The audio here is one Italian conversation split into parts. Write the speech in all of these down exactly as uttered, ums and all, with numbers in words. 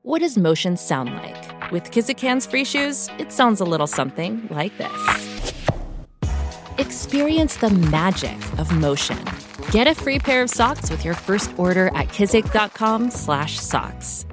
What does motion sound like? With Kizik hands-free shoes, it sounds a little something like this. Experience the magic of motion. Get a free pair of socks with your first order at kizik.com slash socks.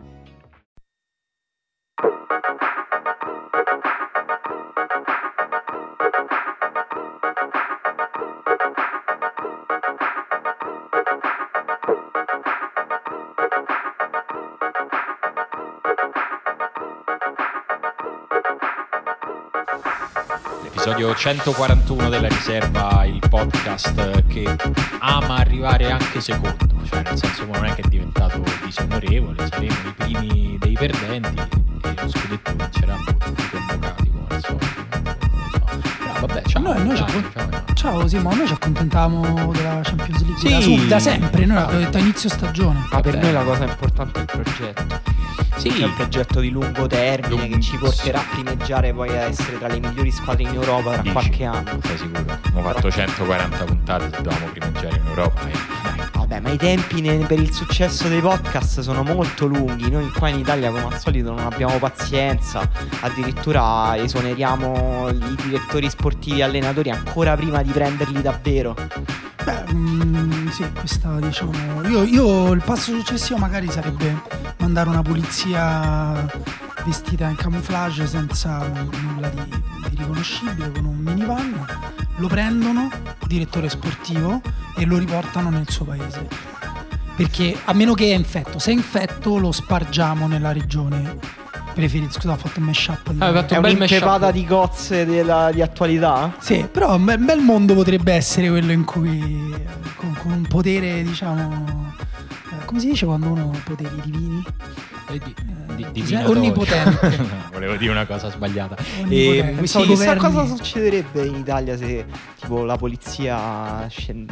Episodio centoquarantuno della Riserva, il podcast che ama arrivare anche secondo, cioè nel senso che non è che è diventato disonorevole, saremo i primi dei perdenti e lo scudetto vincerà tutti convocati come al solito. Non lo so. Però vabbè, ciao, noi, noi dai, ci ciao, ciao. Ciao Simo, noi ci accontentavamo della Champions League Sì. da, sub, da sempre, noi l'abbiamo detto a inizio stagione. Ma per Vabbè. noi la cosa importante è il progetto. Sì, È un progetto di lungo termine che ci porterà a primeggiare poi a essere tra le migliori squadre in Europa tra Dici? qualche anno. Sei sicuro? Abbiamo fatto centoquaranta puntate, se dovevamo primeggiare in Europa. eh. Dai. Vabbè, ma i tempi ne- per il successo dei podcast sono molto lunghi. Noi qua in Italia, come al solito, non abbiamo pazienza. Addirittura esoneriamo i direttori sportivi e allenatori ancora prima di prenderli davvero. Beh, mm, sì, questa diciamo. Io, io il passo successivo magari sarebbe mandare una polizia vestita in camouflage senza nulla di, di riconoscibile, con un minivan. Lo prendono, direttore sportivo, e lo riportano nel suo paese. Perché a meno che è infetto, se è infetto lo spargiamo nella regione. Preferito, scusa, ho fatto un mashup. Ah, fatto è un'impepata di cozze della, di attualità? Sì, però un bel, bel mondo potrebbe essere quello in cui con, con un potere, diciamo, eh, come si dice quando uno ha poteri divini? Eh, di- di- Eh, divinatorio. onnipotente. No, volevo dire una cosa sbagliata. Onnipotente. E, Pensavo sì, Chissà governi- cosa succederebbe in Italia se tipo la polizia scend-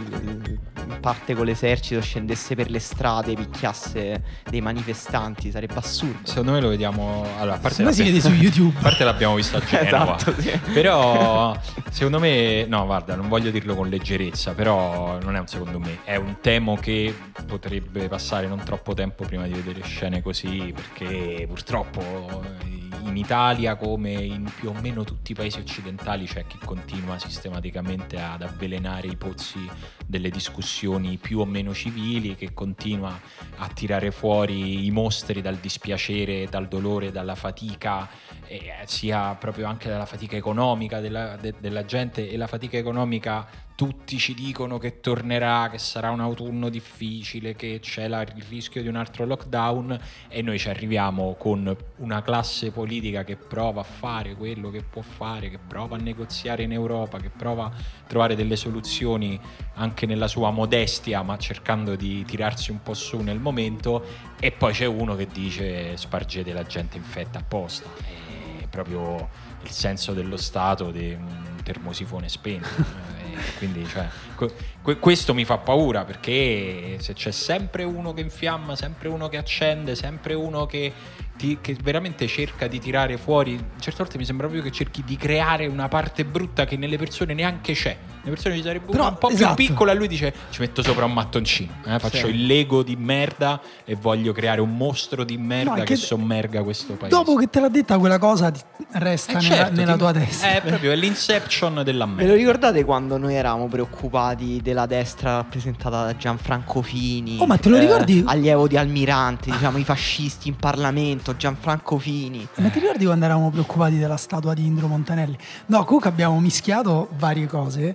in parte con l'esercito scendesse per le strade, picchiasse dei manifestanti, sarebbe assurdo. secondo me lo vediamo. Allora, a parte, Secondo me si vede su l'abbiamo- YouTube. a parte l'abbiamo visto a Genova. Esatto, sì. Però secondo me, no, guarda, non voglio dirlo con leggerezza, però non è un secondo me, è un temo che potrebbe passare non troppo tempo prima di vedere scene così, perché purtroppo in Italia, come in più o meno tutti i paesi occidentali, c'è chi continua sistematicamente ad avvelenare i pozzi delle discussioni più o meno civili, che continua a tirare fuori i mostri dal dispiacere, dal dolore, dalla fatica, eh, sia proprio anche dalla fatica economica della, de- della gente. E la fatica economica, tutti ci dicono che tornerà, che sarà un autunno difficile, che c'è la- il rischio di un altro lockdown, e noi ci arriviamo con una classe politica che prova a fare quello che può fare, che prova a negoziare in Europa, che prova a trovare delle soluzioni anche nella sua modestia, ma cercando di tirarsi un po' su nel momento. E poi c'è uno che dice: spargete la gente infetta apposta. È proprio il senso dello Stato di un termosifone spento. E quindi, cioè, que- que- questo mi fa paura, perché se c'è sempre uno che infiamma, sempre uno che accende, sempre uno che, ti- che veramente cerca di tirare fuori, certe volte mi sembra proprio che cerchi di creare una parte brutta che nelle persone neanche c'è. Nelle persone ci sarebbe Però, una un po' esatto. più piccola, e lui dice: ci metto sopra un mattoncino, eh, faccio Sì. il Lego di merda e voglio creare un mostro di merda No, è che, che sommerga questo paese. Dopo che te l'ha detta quella cosa ti resta Eh, nella, certo, nella ti- tua testa. È proprio è l'inception della Ve merda. lo ricordate quando noi eravamo preoccupati della destra rappresentata da Gianfranco Fini? Oh, ma te lo ricordi? Allievo di Almirante, diciamo i fascisti in Parlamento, Gianfranco Fini. Ma ti ricordi quando eravamo preoccupati della statua di Indro Montanelli? No, comunque abbiamo mischiato varie cose,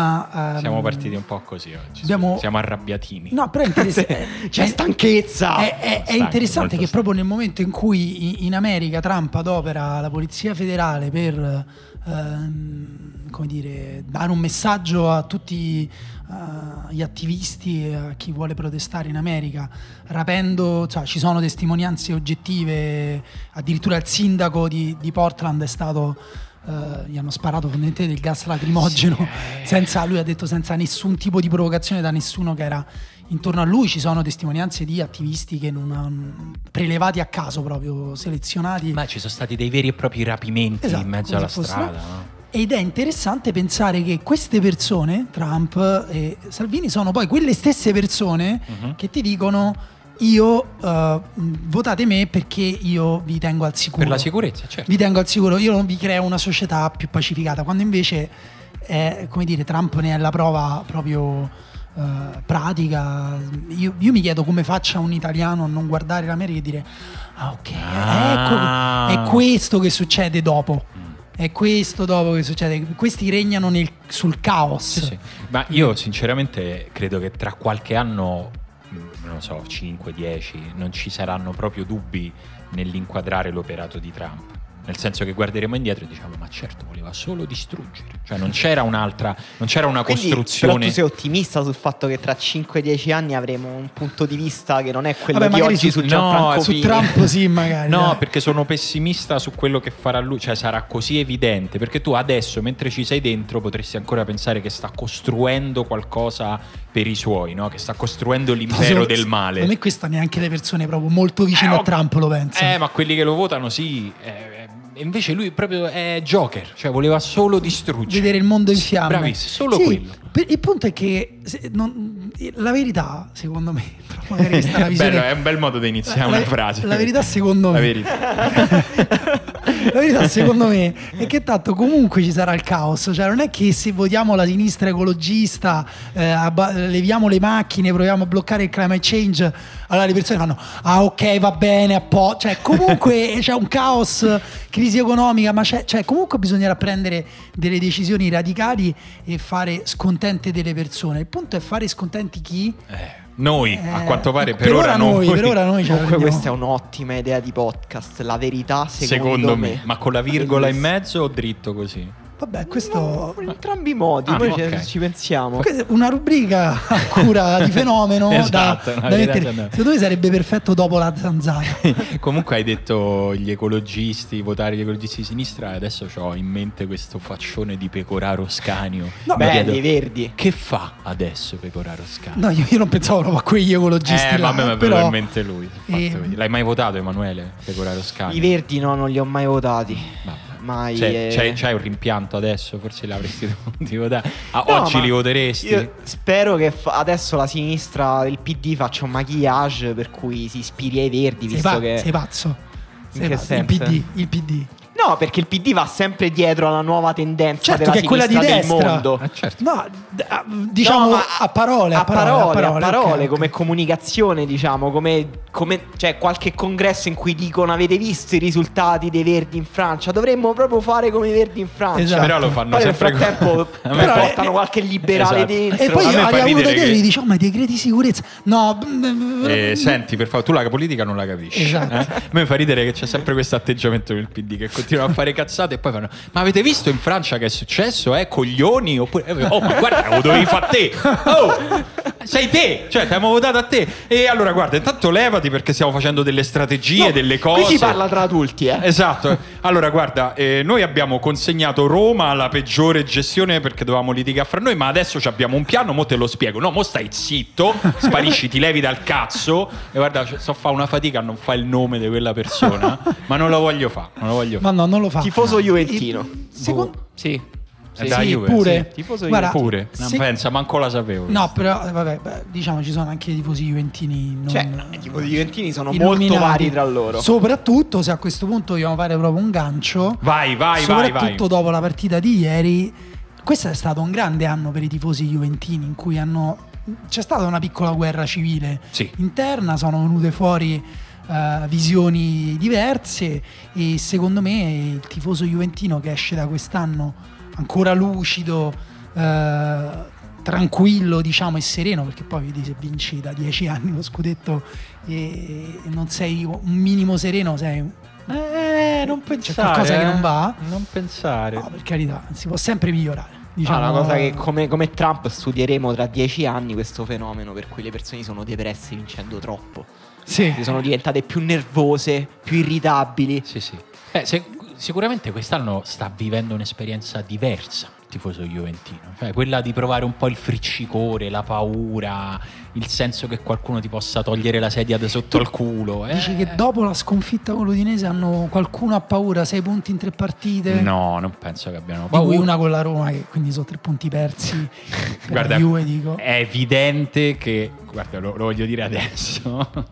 ma ehm, Siamo partiti un po' così oggi. abbiamo- Siamo arrabbiatini. No, però è interessante. C'è stanchezza. È, è- è Stanco, interessante molto che stanco. proprio nel momento in cui i- in America Trump adopera la Polizia Federale per ehm, come dire, dare un messaggio a tutti eh, gli attivisti e a chi vuole protestare in America, rapendo, cioè, ci sono testimonianze oggettive, addirittura il sindaco di, di Portland è stato Uh, gli hanno sparato fondamentalmente del gas lacrimogeno, Sì. senza, lui ha detto, senza nessun tipo di provocazione da nessuno che era intorno a lui. Ci sono testimonianze di attivisti che non hanno, prelevati a caso, proprio selezionati. Ma ci sono stati dei veri e propri rapimenti Esatto, in mezzo come alla se fossero- strada, no? Ed è interessante pensare che queste persone, Trump e Salvini, sono poi quelle stesse persone Mhm. che ti dicono io uh, votate me perché io vi tengo al sicuro. Per la sicurezza, certo. Vi tengo al sicuro, io non vi creo una società più pacificata, quando invece è, come dire, Trump ne è la prova proprio uh, pratica. Io, io mi chiedo come faccia un italiano a non guardare l'America e dire ah ok, Ah. ecco, è questo che succede dopo. È questo dopo che succede. Questi regnano nel, sul caos. Sì, sì. Ma io sinceramente credo che tra qualche anno, non lo so, cinque dieci, non ci saranno proprio dubbi nell'inquadrare l'operato di Trump. Nel senso che guarderemo indietro e diciamo ma certo voleva solo distruggere. Cioè non c'era un'altra, non c'era una Quindi, costruzione. però tu sei ottimista sul fatto che tra cinque dieci anni avremo un punto di vista che non è quello Vabbè, di magari oggi su- su Gianfranco no, Su Fini. Trump sì, magari. No, dai. perché sono pessimista su quello che farà lui, cioè sarà così evidente, perché tu adesso mentre ci sei dentro potresti ancora pensare che sta costruendo qualcosa per i suoi, no? Che sta costruendo l'impero Secondo- del male. Secondo me questa neanche le persone proprio molto vicine Eh, a oh, Trump lo pensano. Eh, ma quelli che lo votano sì, eh, e invece lui proprio è Joker, cioè voleva solo distruggere. Vedere il mondo in fiamme. Bravissimo, solo Sì, quello. per- il punto è che se- non- la verità, secondo me, però magari questa è una visione. Bello, è un bel modo di iniziare La- una frase. La verità, secondo La me, verità. la verità, secondo me, è che tanto comunque ci sarà il caos. Cioè, non è che se votiamo la sinistra ecologista, eh, abba- leviamo le macchine, proviamo a bloccare il climate change, allora le persone fanno ah ok, va bene, a po'. Cioè, comunque c'è un caos, crisi economica, ma c'è, cioè, comunque bisognerà prendere delle decisioni radicali e fare scontente delle persone. Il punto è fare scontenti chi? Eh, noi, a Eh, quanto pare, per, per ora noi, per ora noi ce la Comunque prendiamo. questa è un'ottima idea di podcast. La verità secondo, secondo me. Ma con la virgola in Bellissimo. mezzo o dritto così? Vabbè, questo In entrambi i modi, Ah, poi ok. ci, ci pensiamo. Questa è una rubrica a cura di fenomeno Esatto, da, una da verità mettere. da- Secondo me sarebbe perfetto dopo la zanzara. Comunque hai detto gli ecologisti, votare gli ecologisti di sinistra, e adesso ho in mente questo faccione di Pecoraro Scanio. No, Mi Belli, chiedo, verdi. che fa adesso Pecoraro Scanio? No, io, io non pensavo proprio a quegli ecologisti eh, là, vabbè, ma però probabilmente lui. Fatto Eh, così. L'hai mai votato, Emanuele? Pecoraro Scanio? I verdi no, non li ho mai votati. Vabbè. Mai. C'è, eh. c'è, c'hai un rimpianto adesso? Forse l'avresti dovuto votare. Ah, No, oggi ma li voteresti? Io spero che fa- adesso la sinistra del P D faccia un maquillage per cui si ispiri ai verdi, sei, visto pa- che... sei pazzo. In Sei che pazzo. Il senso? P D, il P D. No, perché il P D va sempre dietro alla nuova tendenza Certo della che è quella di sinistra del destra. mondo. Eh, certo. No, d- a- diciamo No, ma a parole, a parole, a parole, ok, ok. come comunicazione, diciamo, come, come c'è qualche congresso in cui dicono avete visto i risultati dei verdi in Francia, dovremmo proprio fare come i verdi in Francia. Esatto. Però lo fanno Poi nel sempre frattempo con- A me Però, portano eh, qualche liberale esatto. dentro. E poi A me fa hai avuto ridere idea che- e dici, oh, ma i decreti di sicurezza. No, Eh, senti, per favore, tu la politica non la capisci. Esatto. eh? A me fa ridere che c'è sempre questo atteggiamento del P D che continua a fare cazzate e poi fanno: ma avete visto in Francia che è successo? Eh, coglioni? Oppure, eh, oh, ma guarda, lo dovevi fare te. Oh, sei te, cioè ti abbiamo votato a te. E allora, guarda, intanto levati perché stiamo facendo delle strategie, No, delle cose. Qui si parla tra adulti, eh. Esatto. Allora, guarda, eh, noi abbiamo consegnato Roma alla peggiore gestione perché dovevamo litigare fra noi, ma adesso ci abbiamo un piano, mo te lo spiego. No, mo stai zitto, sparisci, ti levi dal cazzo. E guarda, cioè, so fa una fatica a non fare il nome di quella persona, ma non lo voglio fare, non lo voglio ma fare. no, non lo fa. Tifoso juventino. Secondo Sì. Eh, Sì. da sì, Juve, pure. sì. Tifoso Guarda, Pure, non se- pensa, manco la sapevo. No, però eh, vabbè, beh, diciamo ci sono anche i tifosi juventini non, Cioè, i tifosi juventini sono illuminati. molto vari tra loro. Soprattutto se a questo punto vogliamo fare proprio un gancio. Vai, vai, vai, soprattutto vai. dopo la partita di ieri. Questo è stato un grande anno per i tifosi juventini in cui hanno c'è stata una piccola guerra civile Sì. interna, sono venute fuori eh, visioni diverse e secondo me il tifoso juventino che esce da quest'anno ancora lucido, eh, tranquillo, diciamo, e sereno, perché poi vedi se vinci da dieci anni lo scudetto e, e non sei un minimo sereno, sei un- Eh, non c'è pensare. qualcosa che eh. non va. Non pensare. No, per carità, si può sempre migliorare. Ah, Diciamo, una cosa che come, come Trump studieremo tra dieci anni questo fenomeno per cui le persone sono depresse vincendo troppo. sì. Sono diventate più nervose, più irritabili. Sì, sì. Eh, se- sicuramente quest'anno sta vivendo un'esperienza diversa il tifoso juventino, cioè quella di provare un po' il friccicore, la paura, il senso che qualcuno ti possa togliere la sedia da sotto al culo. eh. Dici che dopo la sconfitta con l'Udinese hanno qualcuno ha paura, sei punti in tre partite. No, non penso che abbiano Di cui paura. una con la Roma, che quindi sono tre punti persi per Guarda, la Juve, dico. è evidente che, guarda, lo, lo voglio dire adesso,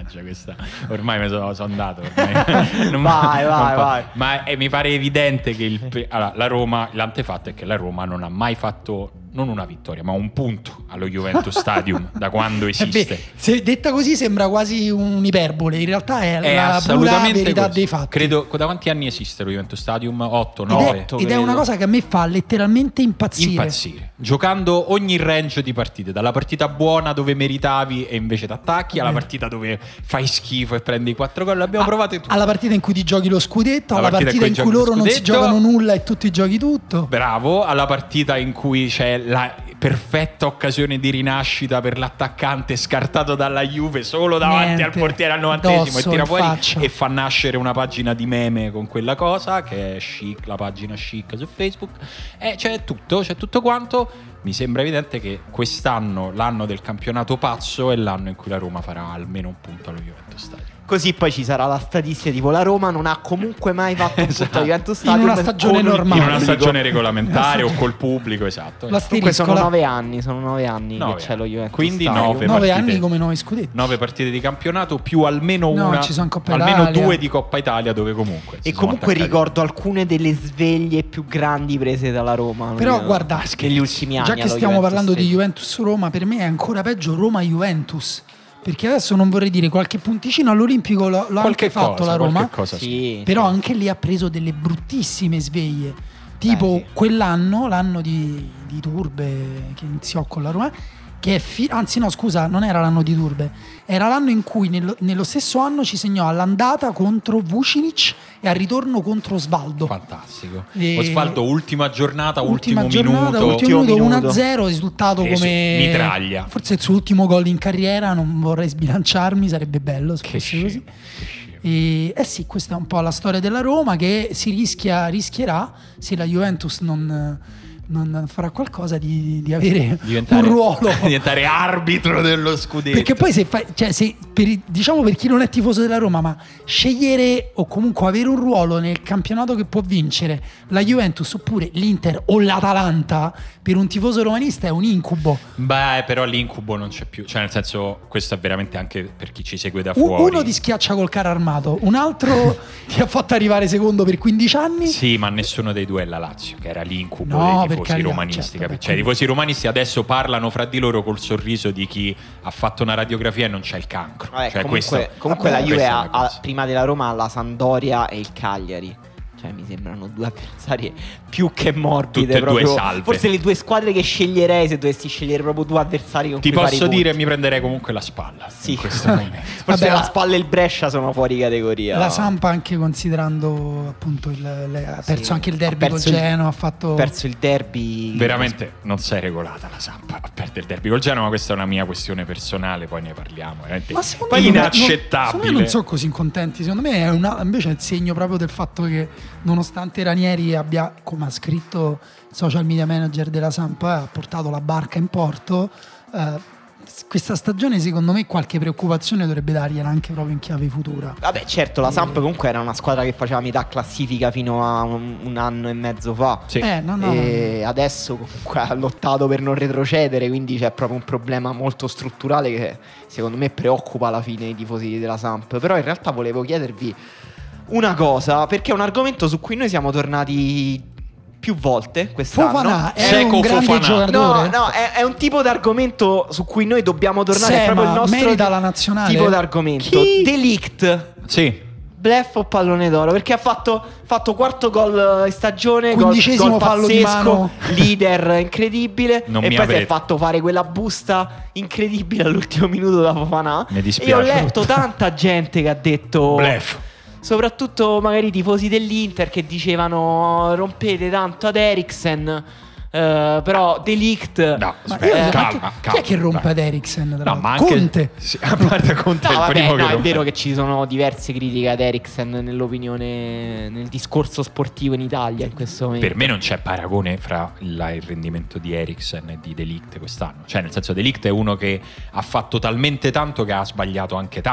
Mannaggia, questa ormai mi sono, sono andato. Ormai. Non vai, non vai, fa... vai. Ma eh, mi pare evidente che il, allora, la Roma, l'antefatto è che la Roma non ha mai fatto non una vittoria, ma un punto allo Juventus Stadium da quando esiste. Beh, se detta così sembra quasi un'iperbole, in realtà è, è la pura verità questo. dei fatti. Credo, da quanti anni esiste lo Juventus Stadium? otto, Ed nove. è, ed è una cosa che a me fa letteralmente impazzire. Impazzire. Giocando ogni range di partite, dalla partita buona dove meritavi e invece t'attacchi, alla Eh. partita dove fai schifo e prendi quattro gol. L'abbiamo A- provato tutto. alla partita in cui ti giochi lo scudetto, Alla alla partita partita in in cui cui giochi lo loro non si scudetto. giocano nulla e tu ti giochi tutto. Bravo, alla partita in cui c'è la perfetta occasione di rinascita per l'attaccante scartato dalla Juve solo davanti Niente, al portiere al novantesimo e addosso, tira in fuori faccia. e fa nascere una pagina di meme con quella cosa che è chic, la pagina chic su Facebook, e c'è tutto, c'è tutto quanto. Mi sembra evidente che quest'anno, l'anno del campionato pazzo, è l'anno in cui la Roma farà almeno un punto allo Juventus Stadium. Così poi ci sarà la statistica tipo la Roma non ha comunque mai fatto un punto Esatto. a Juventus In Stadium una stagione con un normale. In una pubblico. stagione regolamentare o col pubblico, esatto. La Comunque sono la- nove anni, sono nove anni Nove che c'è lo anni. Juventus Quindi Stadium. nove nove partite. anni come nove scudetti. Nove partite di campionato più almeno No, una, ci sono Coppa almeno Italia. due di Coppa Italia dove comunque si E sono comunque attaccati. ricordo alcune delle sveglie più grandi prese dalla Roma. Però eh, guarda, negli ultimi anni. già che allo stiamo Juventus parlando di Stadium. Juventus-Roma, per me è ancora peggio Roma-Juventus. Perché adesso non vorrei dire qualche punticino all'Olimpico lo- l'ha Qualche anche fatto cosa, la Roma. qualche cosa sì. Sì. Però anche lì ha preso delle bruttissime sveglie. Tipo Eh, sì. quell'anno, l'anno di, di Turbe che iniziò con la Roma, che è fi- anzi no scusa, non era l'anno di Turbe, era l'anno in cui nello, nello stesso anno ci segnò all'andata contro Vucinic e al ritorno contro Osvaldo. Fantastico. E- Osvaldo, ultima giornata, Ultima ultimo giornata, minuto. ultimo Ultimo minuto, minuto. uno a zero, risultato Preso, come mitraglia. forse il suo ultimo gol in carriera, non vorrei sbilanciarmi, sarebbe bello se Che fosse così. scemo, che scemo. E, eh sì, questa è un po' la storia della Roma che si rischia, rischierà se la Juventus non, non farà qualcosa di, di avere Diventare, un ruolo. diventare arbitro dello scudetto. Perché poi se fai, cioè se per, i- diciamo per chi non è tifoso della Roma, ma scegliere o comunque avere un ruolo nel campionato che può vincere la Juventus oppure l'Inter o l'Atalanta per un tifoso romanista è un incubo. Beh, però l'incubo non c'è più. Cioè, nel senso, questo è veramente anche per chi ci segue da U- fuori. Uno ti schiaccia col carro armato, un altro ti ha fatto arrivare secondo per quindici anni. Sì, ma nessuno dei due è la Lazio, che era l'incubo No, dei per tifosi carità, romanisti. certo, capi- beh, cioè, i tifosi romanisti adesso parlano fra di loro col sorriso di chi ha fatto una radiografia e non c'è il cancro. Vabbè, cioè, comunque questo- comunque vabbè, la Juve questa è ha, la ha- cosa. prima della Roma ha la Sampdoria e il Cagliari. Cioè mi sembrano due avversarie più che morbide. Tutte e due proprio. salve. Forse le due squadre che sceglierei se dovessi scegliere proprio due avversari con Ti cui fare i posso punti. dire, mi prenderei comunque la spalla. Sì. In questo momento. Forse Vabbè, la la- Spalla e il Brescia sono fuori categoria. La Samp anche considerando appunto il, le- ha perso Sì, anche il derby ha col perso il- Genoa, ha fatto Ha perso il derby. Veramente non sei regolata la Samp a perdere il derby col Genoa, ma questa è una mia questione personale, poi ne parliamo. Veramente Ma secondo poi me non- inaccettabile. secondo me non sono così contenti. Secondo me è una, invece è il segno proprio del fatto che, nonostante Ranieri abbia, come ha scritto il social media manager della Samp, eh, ha portato la barca in porto. eh, questa stagione, secondo me, qualche preoccupazione dovrebbe dargliela anche proprio in chiave futura. Vabbè, certo, la Samp comunque era una squadra che faceva metà classifica fino a un, un anno e mezzo fa. Sì. Eh, no, no, E adesso comunque ha lottato per non retrocedere, quindi c'è proprio un problema molto strutturale che secondo me preoccupa alla fine i tifosi della Samp. Però in realtà volevo chiedervi una cosa, perché è un argomento su cui noi siamo tornati più volte quest'anno. Fofana è Seco un grande Fofana. No, giocatore. no, è, è un tipo d'argomento su cui noi dobbiamo tornare. Sì, è proprio ma il nostro merita la nazionale? tipo d'argomento. Chi? Delict. Sì. Bluff o pallone d'oro? Perché ha fatto, fatto quarto gol in stagione, gol, Quindicesimo gol fallo di pazzesco, mano. leader incredibile. Non e mi poi si è avrete- fatto fare quella busta incredibile all'ultimo minuto da Fofana. Mi dispiace. E io ho letto tanta gente che ha detto, Bluff. soprattutto magari i tifosi dell'Inter, che dicevano rompete tanto ad Eriksen. eh, però Delict No, Ma aspetta, io- ma calma, chi, calma. chi è che rompe dai. ad Eriksen? tra No, l'altro? ma anche Conte. Sì, a parte Conte No, è il vabbè, primo no, che è rompe. vero che ci sono diverse critiche ad Eriksen nell'opinione, nel discorso sportivo in Italia in questo momento. Per me non c'è paragone fra la- il rendimento di Eriksen e di De Ligt quest'anno. Cioè, nel senso, De Ligt è uno che ha fatto talmente tanto che ha sbagliato anche tanto.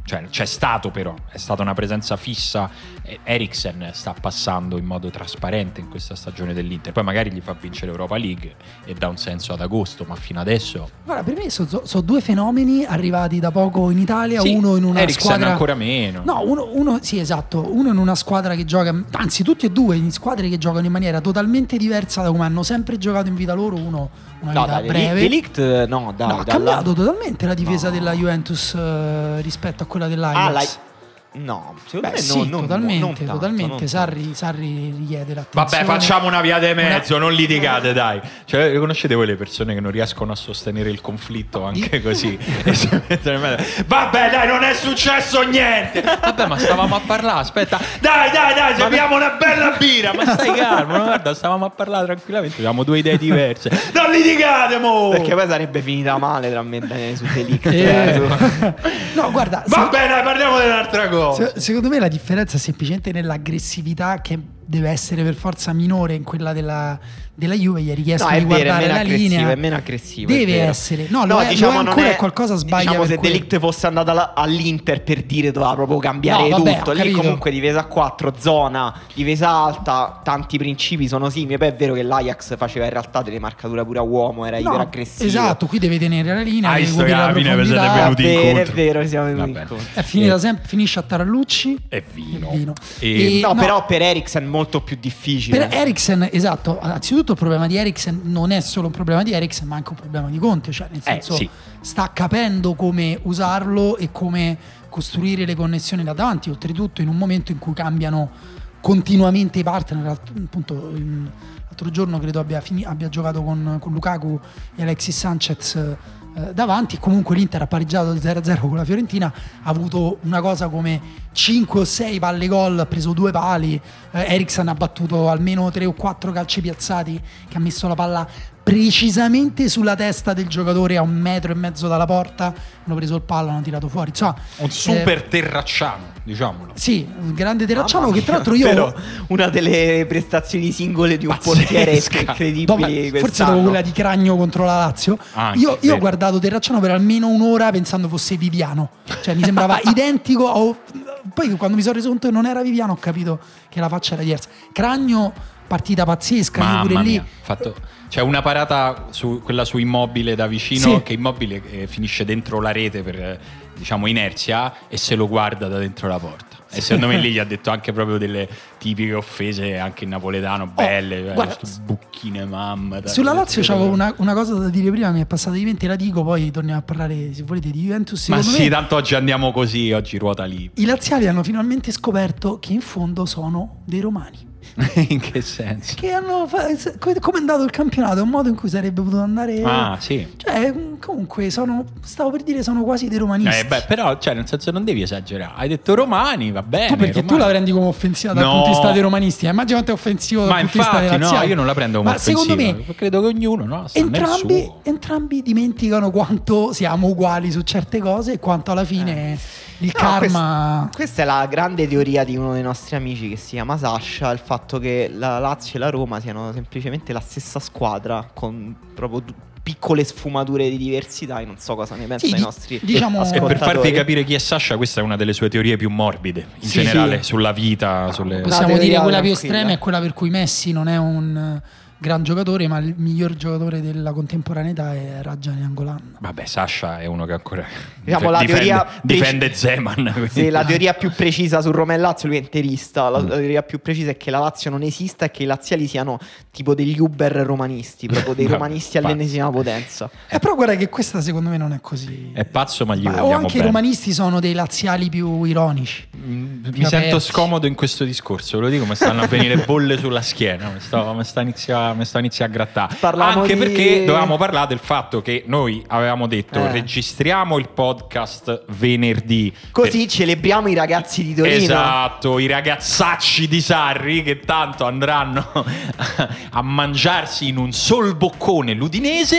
cioè c'è stato però, è stata una presenza fissa. Eriksen sta passando in modo trasparente in questa stagione dell'Inter, poi magari gli fa vincere Europa League e dà un senso ad agosto, ma fino adesso guarda, per me sono so due fenomeni arrivati da poco in Italia, sì, uno in una Eriksen squadra ancora meno, no uno, uno sì esatto uno in una squadra che gioca, anzi tutti e due in squadre che giocano in maniera totalmente diversa da come hanno sempre giocato in vita loro, uno una no, vita dai, breve De Ligt no, dai, no, ha dalla... cambiato totalmente la difesa no. della Juventus eh, rispetto a quella dell'Ajax. Ah, la... No, secondo Beh, me sì, non, non, totalmente, non tanto, totalmente. non Sarri, Sarri richiede l'attenzione. vabbè, facciamo una via di mezzo, Una... non litigate, dai. Cioè, conoscete voi le persone che non riescono a sostenere il conflitto anche così? E si mettono in mezzo. Vabbè, dai, non è successo niente. Vabbè, ma stavamo a parlare, aspetta. Dai, dai, dai, ci abbiamo una bella birra. Ma stai calmo, no? Guarda, stavamo a parlare tranquillamente, abbiamo due idee diverse. Non litigate, mo! Perché poi sarebbe finita male tra me e Daniele su De Ligt. Eh. No, guarda, Vabbè, se... dai, parliamo di un'altra cosa. Se, secondo me la differenza è semplicemente nell'aggressività, che deve essere per forza minore in quella della, della Juve. Gli è richiesto no, di vero, guardare la linea, è meno aggressivo, deve essere no, no lo è, diciamo, lo è non ancora è, qualcosa sbaglia, diciamo, se per De Ligt fosse andato alla, all'Inter, per dire, doveva proprio cambiare no, vabbè, tutto. Lì comunque difesa a quattro, zona, difesa alta, tanti principi sono simili. Poi è vero che l'Ajax faceva in realtà delle marcature pure a uomo, era no, iperaggressivo. Esatto, qui deve tenere la linea, ah, deve visto che la alla fine vi siete profondità. venuti È vero, incontro. è vero, siamo venuti Vabbè. incontro. È finita Eh. sempre, finisce a Tarallucci E vino, e vino. E... E, No, no, però per Eriksen molto più difficile. per Eriksen, esatto, anzitutto il problema di Eriksen non è solo un problema di Eriksen, ma anche un problema di Conte, cioè nel senso eh, sì. sta capendo come usarlo e come costruire le connessioni da davanti, oltretutto in un momento in cui cambiano continuamente i partner. Appunto l'altro giorno credo abbia, fini, abbia giocato con, con Lukaku e Alexis Sanchez eh, davanti, e comunque l'Inter ha pareggiato zero a zero con la Fiorentina, ha avuto una cosa come cinque o sei palle gol, ha preso due pali, eh, Eriksen ha battuto almeno tre o quattro calci piazzati, che ha messo la palla precisamente sulla testa del giocatore a un metro e mezzo dalla porta, hanno preso il palo, hanno tirato fuori, insomma, un super eh, terracciano, diciamolo. sì, un grande terracciano Mamma che tra l'altro mia, io però una delle prestazioni singole di un Pazzesca. portiere incredibili. Vabbè, forse dopo quella di Cragno contro la Lazio. Anche, io, io vero. ho guardato Terracciano per almeno un'ora pensando fosse Viviano, cioè mi sembrava identico a... Poi quando mi sono reso conto che non era Viviano ho capito che la faccia era diversa. Cragno, partita pazzesca, io pure Mamma lì mia, fatto... C'è una parata su quella su Immobile da vicino, sì. che Immobile eh, finisce dentro la rete per eh, diciamo inerzia e se lo guarda da dentro la porta. E secondo me lì gli ha detto anche proprio delle tipiche offese anche in napoletano belle, oh, guarda, eh, bucchine mamma. Dai, sulla Lazio dai, c'avevo una, una cosa da dire prima, mi è passata di mente, la dico, poi torniamo a parlare se volete di Juventus. Ma Secondo sì, me, tanto oggi andiamo così, oggi ruota lì. i laziali hanno finalmente scoperto che in fondo sono dei romani. In che senso? Che hanno fa- come è andato il campionato, è un modo in cui sarebbe potuto andare. Ah, sì. Cioè, comunque sono, stavo per dire, sono quasi dei romanisti. Eh, beh, però, cioè, nel senso, non devi esagerare. Hai detto romani, va bene. Tu perché romani. tu la prendi come offensiva dal No. punto di vista dei romanisti, eh? Immagina quanto è offensivo dal Ma punto di vista dei infatti, no, laziali. io non la prendo come Ma offensiva. secondo me credo che ognuno, no, sta nel entrambi, suo. entrambi dimenticano quanto siamo uguali su certe cose e quanto alla fine il No, karma. quest- questa è la grande teoria di uno dei nostri amici che si chiama Sasha, il fatto che la Lazio e la Roma siano semplicemente la stessa squadra con proprio du- piccole sfumature di diversità. Io non so cosa ne pensano Sì, i di- nostri diciamo- E per ascoltatori. farvi capire chi è Sasha, questa è una delle sue teorie più morbide in Sì, generale sì. sulla vita, sulle... Una Possiamo teoria dire quella più tranquilla. estrema è quella per cui Messi non è un gran giocatore, ma il miglior giocatore della contemporaneità è Raja Nainggolan. Vabbè, Sasha è uno che ancora Diciamo, la difende, teoria difende preci- Zeman. quindi- Sì, la teoria più precisa su Roma e Lazio, lui è interista. La, Mm. la teoria più precisa è che la Lazio non esista e che i laziali siano tipo degli Uber romanisti, proprio dei Vabbè, romanisti pazzo. all'ennesima potenza. Eh, però guarda che questa secondo me non è così. È pazzo, ma gli Ma- o vogliamo anche bene. i romanisti sono dei laziali più ironici. Mm, Mi più sento aperti. scomodo in questo discorso, ve lo dico, mi stanno a venire bolle sulla schiena, mi sto, mi sto inizia, mi sto inizia a grattare. Parliamo Anche di- perché dovevamo parlare del fatto che noi avevamo detto Eh. registriamo il podcast venerdì. Così celebriamo i ragazzi di Torino. Esatto, i ragazzacci di Sarri che tanto andranno a mangiarsi in un sol boccone l'Udinese.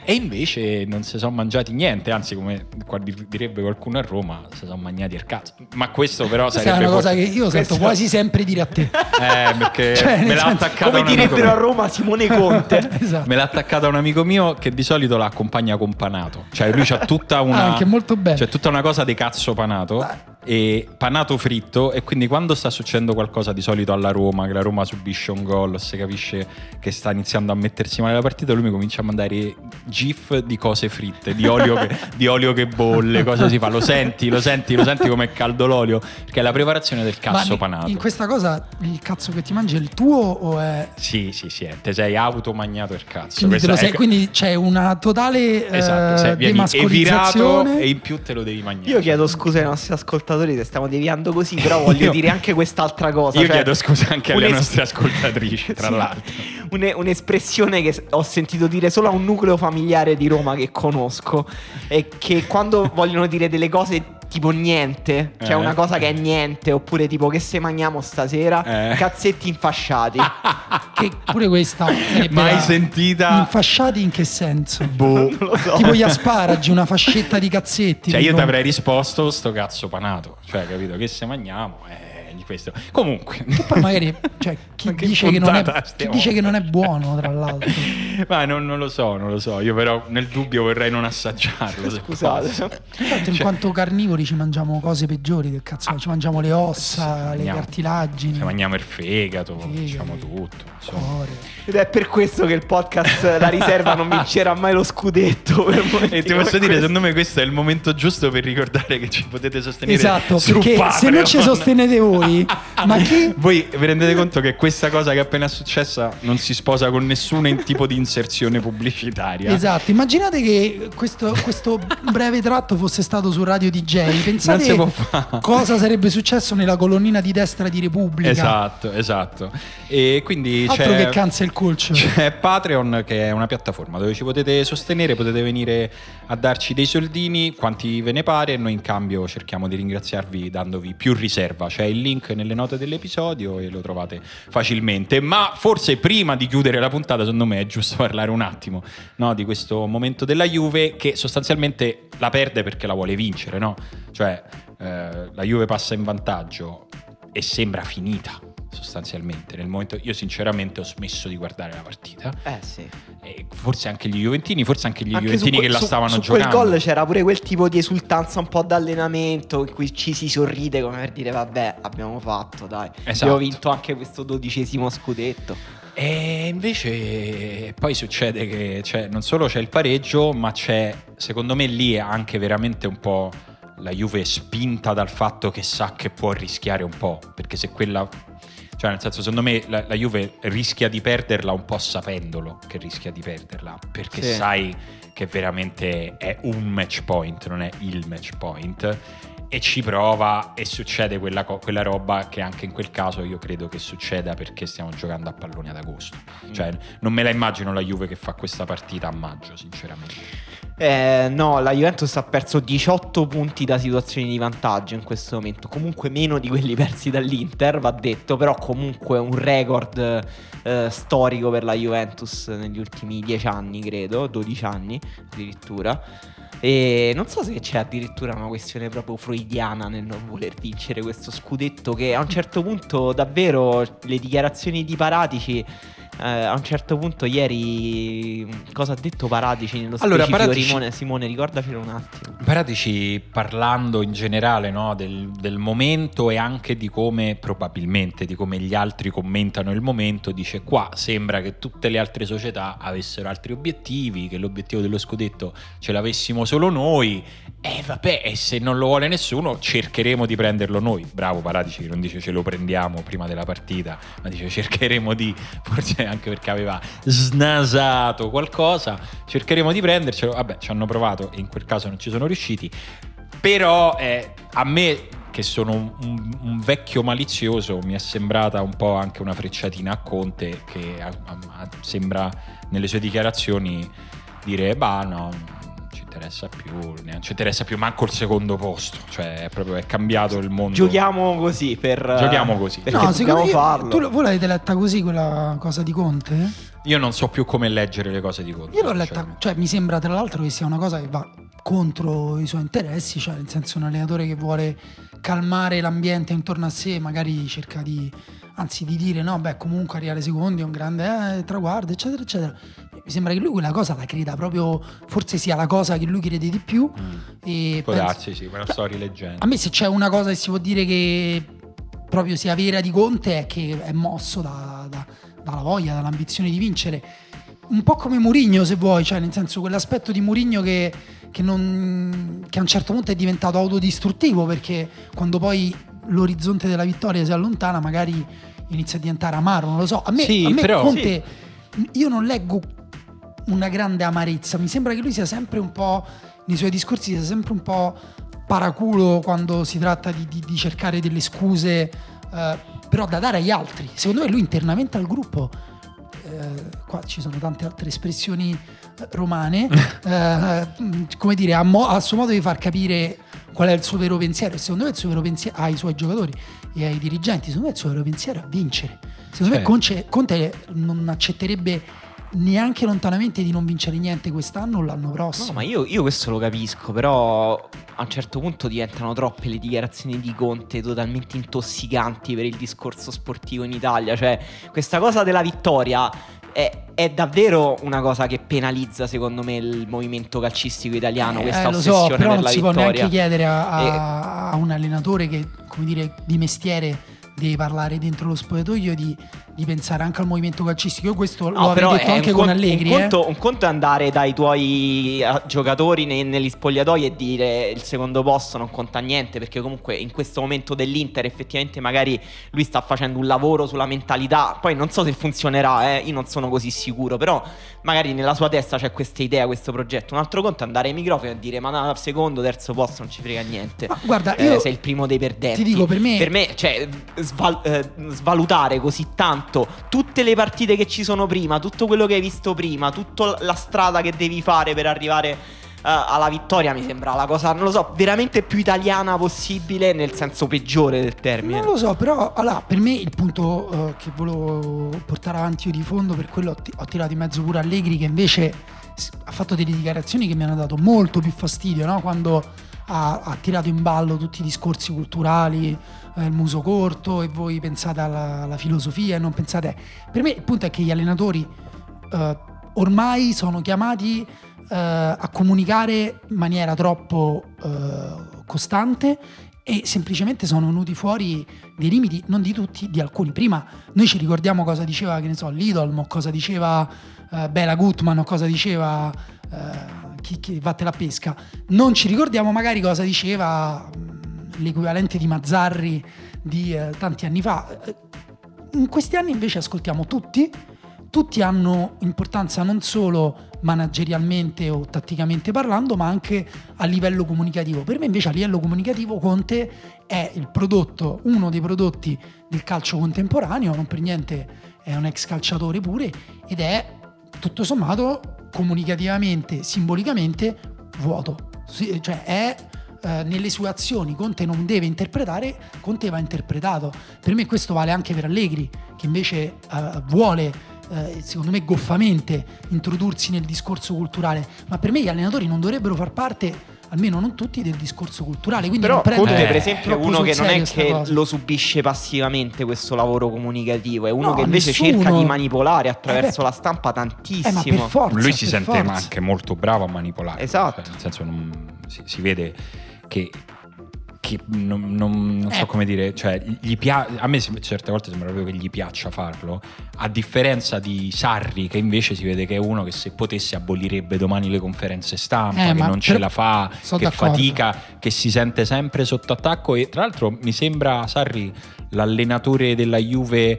E invece non si sono mangiati niente, anzi, come direbbe qualcuno a Roma, si sono mangiati il cazzo. Ma questo però Questa sarebbe è una cosa forse... che io sento Questo... quasi sempre dire a te. Eh, perché Cioè, me nel l'ha senso, attaccata come un amico direbbero a mio. Roma Simone Conte. Esatto. Me l'ha attaccata un amico mio che di solito la accompagna con panato. Cioè lui c'ha tutta una... Ah, anche molto bene. C'è tutta una cosa di cazzo panato e panato fritto, e quindi quando sta succedendo qualcosa di solito alla Roma, che la Roma subisce un gol, si capisce che sta iniziando a mettersi male la partita, lui mi comincia a mandare gif di cose fritte, di olio che, di olio che bolle, cosa si fa, lo senti, lo senti, lo senti com'è caldo l'olio, perché è la preparazione del cazzo Ma panato. in questa cosa il cazzo che ti mangi è il tuo o è... Sì, sì, sì, te sei automagnato il cazzo. Quindi, te lo Questa sei, è- quindi c'è una totale Esatto, eh, sei, vieni evirato demascolizzazione. e in più te lo devi mangiare. Io chiedo scusa ai nostri ascoltatori se stiamo deviando così, però voglio Io- dire anche quest'altra cosa. Io cioè, chiedo scusa anche alle un'es- nostre ascoltatrici, tra Sì. l'altro. Un- un'espressione che s- ho sentito dire solo a un nucleo familiare di Roma che conosco, è che quando vogliono dire delle cose tipo niente, cioè Eh. una cosa che è niente, oppure tipo che se mangiamo stasera, Eh. cazzetti infasciati. Che pure questa sarebbe Mai la- sentita? Infasciati in che senso? Boh. Non lo so. Tipo gli asparagi, una fascetta di cazzetti. Cioè io tipo. ti avrei risposto sto cazzo panato. Cioè, capito? Che se mangiamo eh, di questo. Comunque. Poi magari cioè, chi, Ma che dice che non è, puntata chi stiamo- dice che non è buono, tra l'altro. Ma non, non lo so, non lo so. Io però nel dubbio vorrei non assaggiarlo. se Scusate. posso. Tanto in Cioè- quanto carnivori ci mangiamo cose peggiori del cazzo. Ci mangiamo le ossa, le Mangiamo- cartilagini, Cioè, mangiamo il fegato, Fegato, diciamo tutto. il Insomma. cuore. Ed è per questo che il podcast La Riserva non vincerà mai lo scudetto. Per momenti E ti come posso dire, questo. secondo me questo è il momento giusto per ricordare che ci potete sostenere. Esatto, su perché se non ci Patreon. sostenete voi, ma chi? Voi vi rendete conto che questa cosa che è appena successa non si sposa con nessuno in tipo di inserzione pubblicitaria? Esatto, immaginate che questo, questo breve tratto fosse stato su Radio D J. Non si Pensate può fare. cosa sarebbe successo nella colonnina di destra di Repubblica. Esatto, esatto. E quindi Altro c'è, che cancel culture. c'è Patreon, che è una piattaforma dove ci potete sostenere, potete venire a darci dei soldini, quanti ve ne pare, e noi in cambio cerchiamo di ringraziarvi dandovi più riserva. C'è il link nelle note dell'episodio e lo trovate facilmente. Ma forse prima di chiudere la puntata, secondo me è giusto parlare un attimo, no, di questo momento della Juve, che sostanzialmente la perde perché la vuole vincere, no? Cioè eh, la Juve passa in vantaggio e sembra finita sostanzialmente. Nel momento, io sinceramente ho smesso di guardare la partita, Eh sì. e forse anche gli Juventini, forse anche gli Anche Juventini su che que- la su- stavano su giocando. quel gol c'era pure quel tipo di esultanza un po' d'allenamento in cui ci si sorride come per dire vabbè, abbiamo fatto, dai. Esatto. Abbiamo vinto anche questo dodicesimo scudetto. E invece poi succede che cioè, non solo c'è il pareggio, ma c'è, secondo me lì è anche veramente un po' la Juve spinta dal fatto che sa che può rischiare un po', perché se quella, cioè nel senso, secondo me la, la Juve rischia di perderla un po' sapendolo che rischia di perderla, perché Sì. sai che veramente è un match point, non è il match point, e ci prova e succede quella, co- quella roba che anche in quel caso io credo che succeda perché stiamo giocando a pallone ad agosto. Cioè non me la immagino la Juve che fa questa partita a maggio, sinceramente. Eh, no, la Juventus ha perso diciotto punti da situazioni di vantaggio in questo momento. Comunque meno di quelli persi dall'Inter, va detto. Però comunque un record eh, storico per la Juventus negli ultimi dieci anni, credo, dodici anni addirittura. E non so se c'è addirittura una questione proprio freudiana nel non voler vincere questo scudetto, che a un certo punto davvero le dichiarazioni di Paratici, eh, a un certo punto ieri cosa ha detto Paratici nello Allora, specifico? Paratici- Simone, Simone ricordacelo un attimo. Paratici, parlando in generale, no, del, del momento e anche di come probabilmente di come gli altri commentano il momento, dice: qua sembra che tutte le altre società avessero altri obiettivi, che l'obiettivo dello scudetto ce l'avessimo solo noi, e vabbè, e se non lo vuole nessuno cercheremo di prenderlo noi. Bravo Paratici, non dice ce lo prendiamo prima della partita, ma dice cercheremo di, forse anche perché aveva snasato qualcosa, cercheremo di prendercelo. Vabbè, ci hanno provato e in quel caso non ci sono riusciti. Però eh, a me, che sono un, un, un vecchio malizioso, mi è sembrata un po' anche una frecciatina a Conte, che a, a, a, sembra nelle sue dichiarazioni dire bah no, non ci interessa più, non ci interessa più manco il secondo posto, cioè è proprio è cambiato il mondo. Giochiamo così per Giochiamo così. perché No, dobbiamo secondo me farlo. tu, voi l'avete letta così quella cosa di Conte? io non so più come leggere le cose di Conte. Io l'ho letta, cioè mi sembra tra l'altro che sia una cosa che va contro i suoi interessi, cioè nel senso un allenatore che vuole calmare l'ambiente intorno a sé, magari cerca di, anzi di dire no, beh comunque arrivare secondi è un grande eh, traguardo, eccetera eccetera. Mi sembra che lui quella cosa la creda proprio, forse sia la cosa che lui crede di più. Mm. E può penso, darsi, sì, me la sto rileggendo. A me se c'è una cosa che si può dire che proprio sia vera di Conte è che è mosso da, da, dalla voglia, dall'ambizione di vincere, un po' come Mourinho se vuoi, cioè nel senso quell'aspetto di Mourinho che, che, non, che a un certo punto è diventato autodistruttivo, perché quando poi l'orizzonte della vittoria si allontana magari inizia a diventare amaro, non lo so. A me, sì, a me però, Conte, sì. io non leggo una grande amarezza, mi sembra che lui sia sempre un po', nei suoi discorsi sia sempre un po' paraculo quando si tratta di, di, di cercare delle scuse, eh, però da dare agli altri. Secondo me lui internamente al gruppo, eh, qua ci sono tante altre espressioni romane, eh, come dire, ha, mo- ha il suo modo di far capire qual è il suo vero pensiero, e secondo me il suo vero pensiero ai suoi giocatori e ai dirigenti, secondo me il suo vero pensiero è vincere. Secondo certo. me Conte, Conte non accetterebbe neanche lontanamente di non vincere niente quest'anno o l'anno prossimo. No, ma io, io questo lo capisco, però a un certo punto diventano troppe le dichiarazioni di Conte, totalmente intossicanti per il discorso sportivo in Italia. Cioè, questa cosa della vittoria è, è davvero una cosa che penalizza, secondo me, il movimento calcistico italiano, eh, questa lo ossessione so, però per non la si vittoria. può neanche chiedere a, a, e... a un allenatore che, come dire, di mestiere deve parlare dentro lo spogliatoio di, di pensare anche al movimento calcistico. Io questo no, lo avrei detto anche con conto, Allegri. Un conto, eh. un conto è andare dai tuoi uh, giocatori nei, negli spogliatoi e dire il secondo posto non conta niente, perché comunque in questo momento dell'Inter effettivamente magari lui sta facendo un lavoro sulla mentalità. Poi non so se funzionerà, eh, io non sono così sicuro, però magari nella sua testa c'è questa idea, questo progetto. Un altro conto è andare ai microfoni e dire ma no, secondo, terzo posto non ci frega niente. Ma guarda, eh, io sei il primo dei perdenti. ti dico, per me, per me cioè, sval- eh, svalutare così tanto tutte le partite che ci sono prima, tutto quello che hai visto prima, tutta la strada che devi fare per arrivare uh, alla vittoria, mi sembra la cosa, non lo so, veramente più italiana possibile, nel senso peggiore del termine. non lo so, però allora, per me il punto uh, che volevo portare avanti io di fondo, per quello ho, t- ho tirato in mezzo pure Allegri, che invece ha fatto delle dichiarazioni che mi hanno dato molto più fastidio, no? Quando ha, ha tirato in ballo tutti i discorsi culturali, eh, il muso corto, e voi pensate alla, alla filosofia e non pensate. Per me il punto è che gli allenatori eh, ormai sono chiamati eh, a comunicare in maniera troppo eh, costante, e semplicemente sono venuti fuori dei limiti, non di tutti, di alcuni. Prima noi ci ricordiamo cosa diceva, che ne so, Lidl, o cosa diceva uh, Bela Gutmann, o cosa diceva uh, chi, chi vatte la pesca. Non ci ricordiamo magari cosa diceva um, l'equivalente di Mazzarri di uh, tanti anni fa. In questi anni invece ascoltiamo tutti, tutti hanno importanza non solo managerialmente o tatticamente parlando, ma anche a livello comunicativo. Per me invece a livello comunicativo Conte è il prodotto, uno dei prodotti del calcio contemporaneo, non per niente è un ex calciatore pure, ed è tutto sommato comunicativamente, simbolicamente vuoto, cioè è eh, nelle sue azioni. Conte non deve interpretare, Conte va interpretato. Per me questo vale anche per Allegri, che invece eh, vuole Eh, secondo me goffamente introdursi nel discorso culturale, ma per me gli allenatori non dovrebbero far parte, almeno non tutti, del discorso culturale. Quindi però non prendo Conte eh, per esempio è troppo uno sul che non serio è sta che cosa. lo subisce passivamente questo lavoro comunicativo, è uno No, che invece nessuno. cerca di manipolare attraverso Eh beh, la stampa eh, ma tantissimo. per forza, lui si per sente forza. anche molto bravo a manipolare. Esatto. Cioè, nel senso non, si, si vede che, che non, non, non so Eh. come dire, cioè gli pia- a me certe volte sembra proprio che gli piaccia farlo, a differenza di Sarri, che invece si vede che è uno che se potesse abolirebbe domani le conferenze stampa, Eh, che ma non ce però- la fa, sono che d'accordo. fatica, che si sente sempre sotto attacco. E tra l'altro mi sembra Sarri l'allenatore della Juve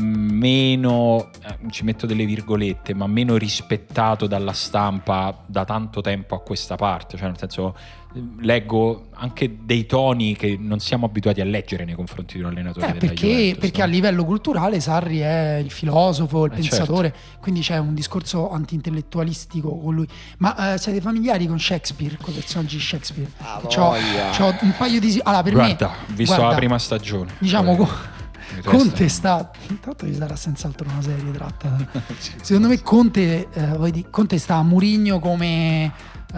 meno, eh, ci metto delle virgolette, ma meno rispettato dalla stampa da tanto tempo a questa parte. Cioè nel senso, leggo anche dei toni che non siamo abituati a leggere nei confronti di un allenatore Eh, della perché, Juventus, perché no? a livello culturale Sarri è il filosofo, il Eh, pensatore, quindi c'è un discorso anti-intellettualistico con lui. Ma eh, siete familiari con Shakespeare, con i personaggi di Shakespeare? Ah, C'ho, voglia. c'ho un paio di... Allora, per Guarda, me, visto guarda, la prima stagione, diciamo, Poi- co- Conte sta, tra l'altro ci sarà senz'altro una serie tratta. Secondo me Conte, eh, vuoi dire, Conte sta a Mourinho come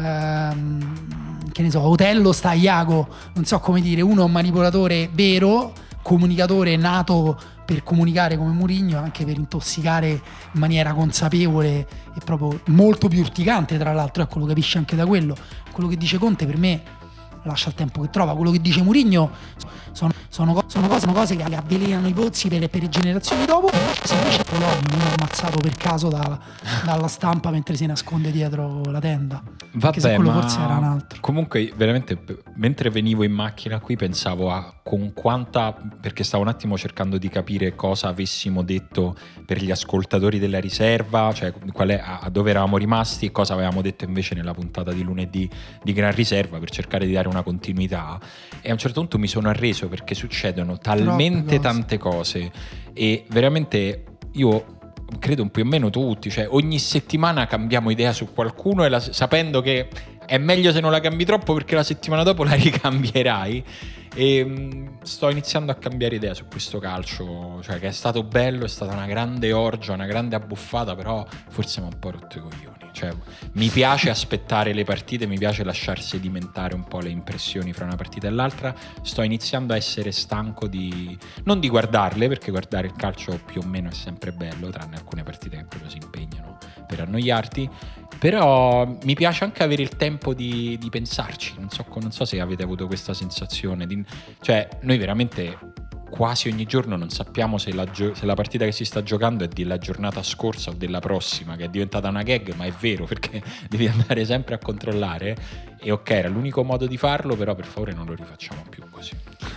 ehm, che ne so, Otello sta a Iago, non so come dire, uno è un manipolatore vero, comunicatore nato per comunicare come Mourinho, anche per intossicare in maniera consapevole e proprio molto più urticante, tra l'altro, ecco, lo capisce anche da quello. Quello che dice Conte per me lascia il tempo che trova, quello che dice Mourinho sono, sono, sono, cose, sono cose che avvelenano i pozzi per, per le generazioni dopo. Se invece Polonio uno ammazzato per caso da, dalla stampa mentre si nasconde dietro la tenda, vabbè, se quello ma forse era un altro. Comunque veramente mentre venivo in macchina qui pensavo a con quanta, perché stavo un attimo cercando di capire cosa avessimo detto per gli ascoltatori della riserva, cioè qual è, a, a dove eravamo rimasti e cosa avevamo detto invece nella puntata di lunedì di Gran Riserva, per cercare di dare una continuità. E a un certo punto mi sono arreso perché succedono talmente cose. tante cose e veramente io credo un più o meno tutti, cioè ogni settimana cambiamo idea su qualcuno e la, sapendo che è meglio se non la cambi troppo perché la settimana dopo la ricambierai. E mh, sto iniziando a cambiare idea su questo calcio, cioè che è stato bello, è stata una grande orgia, una grande abbuffata, però forse mi ha un po' rotto i coglioni. Cioè, mi piace aspettare le partite, mi piace lasciar sedimentare un po' le impressioni fra una partita e l'altra. Sto iniziando a essere stanco di non di guardarle, perché guardare il calcio più o meno è sempre bello, tranne alcune partite che proprio si impegnano per annoiarti. Però mi piace anche avere il tempo di, di pensarci. Non so, non so se avete avuto questa sensazione di, cioè noi veramente quasi ogni giorno non sappiamo se la, gio- se la partita che si sta giocando è della giornata scorsa o della prossima, che è diventata una gag, ma è vero perché devi andare sempre a controllare. E ok, era l'unico modo di farlo, però per favore non lo rifacciamo più così.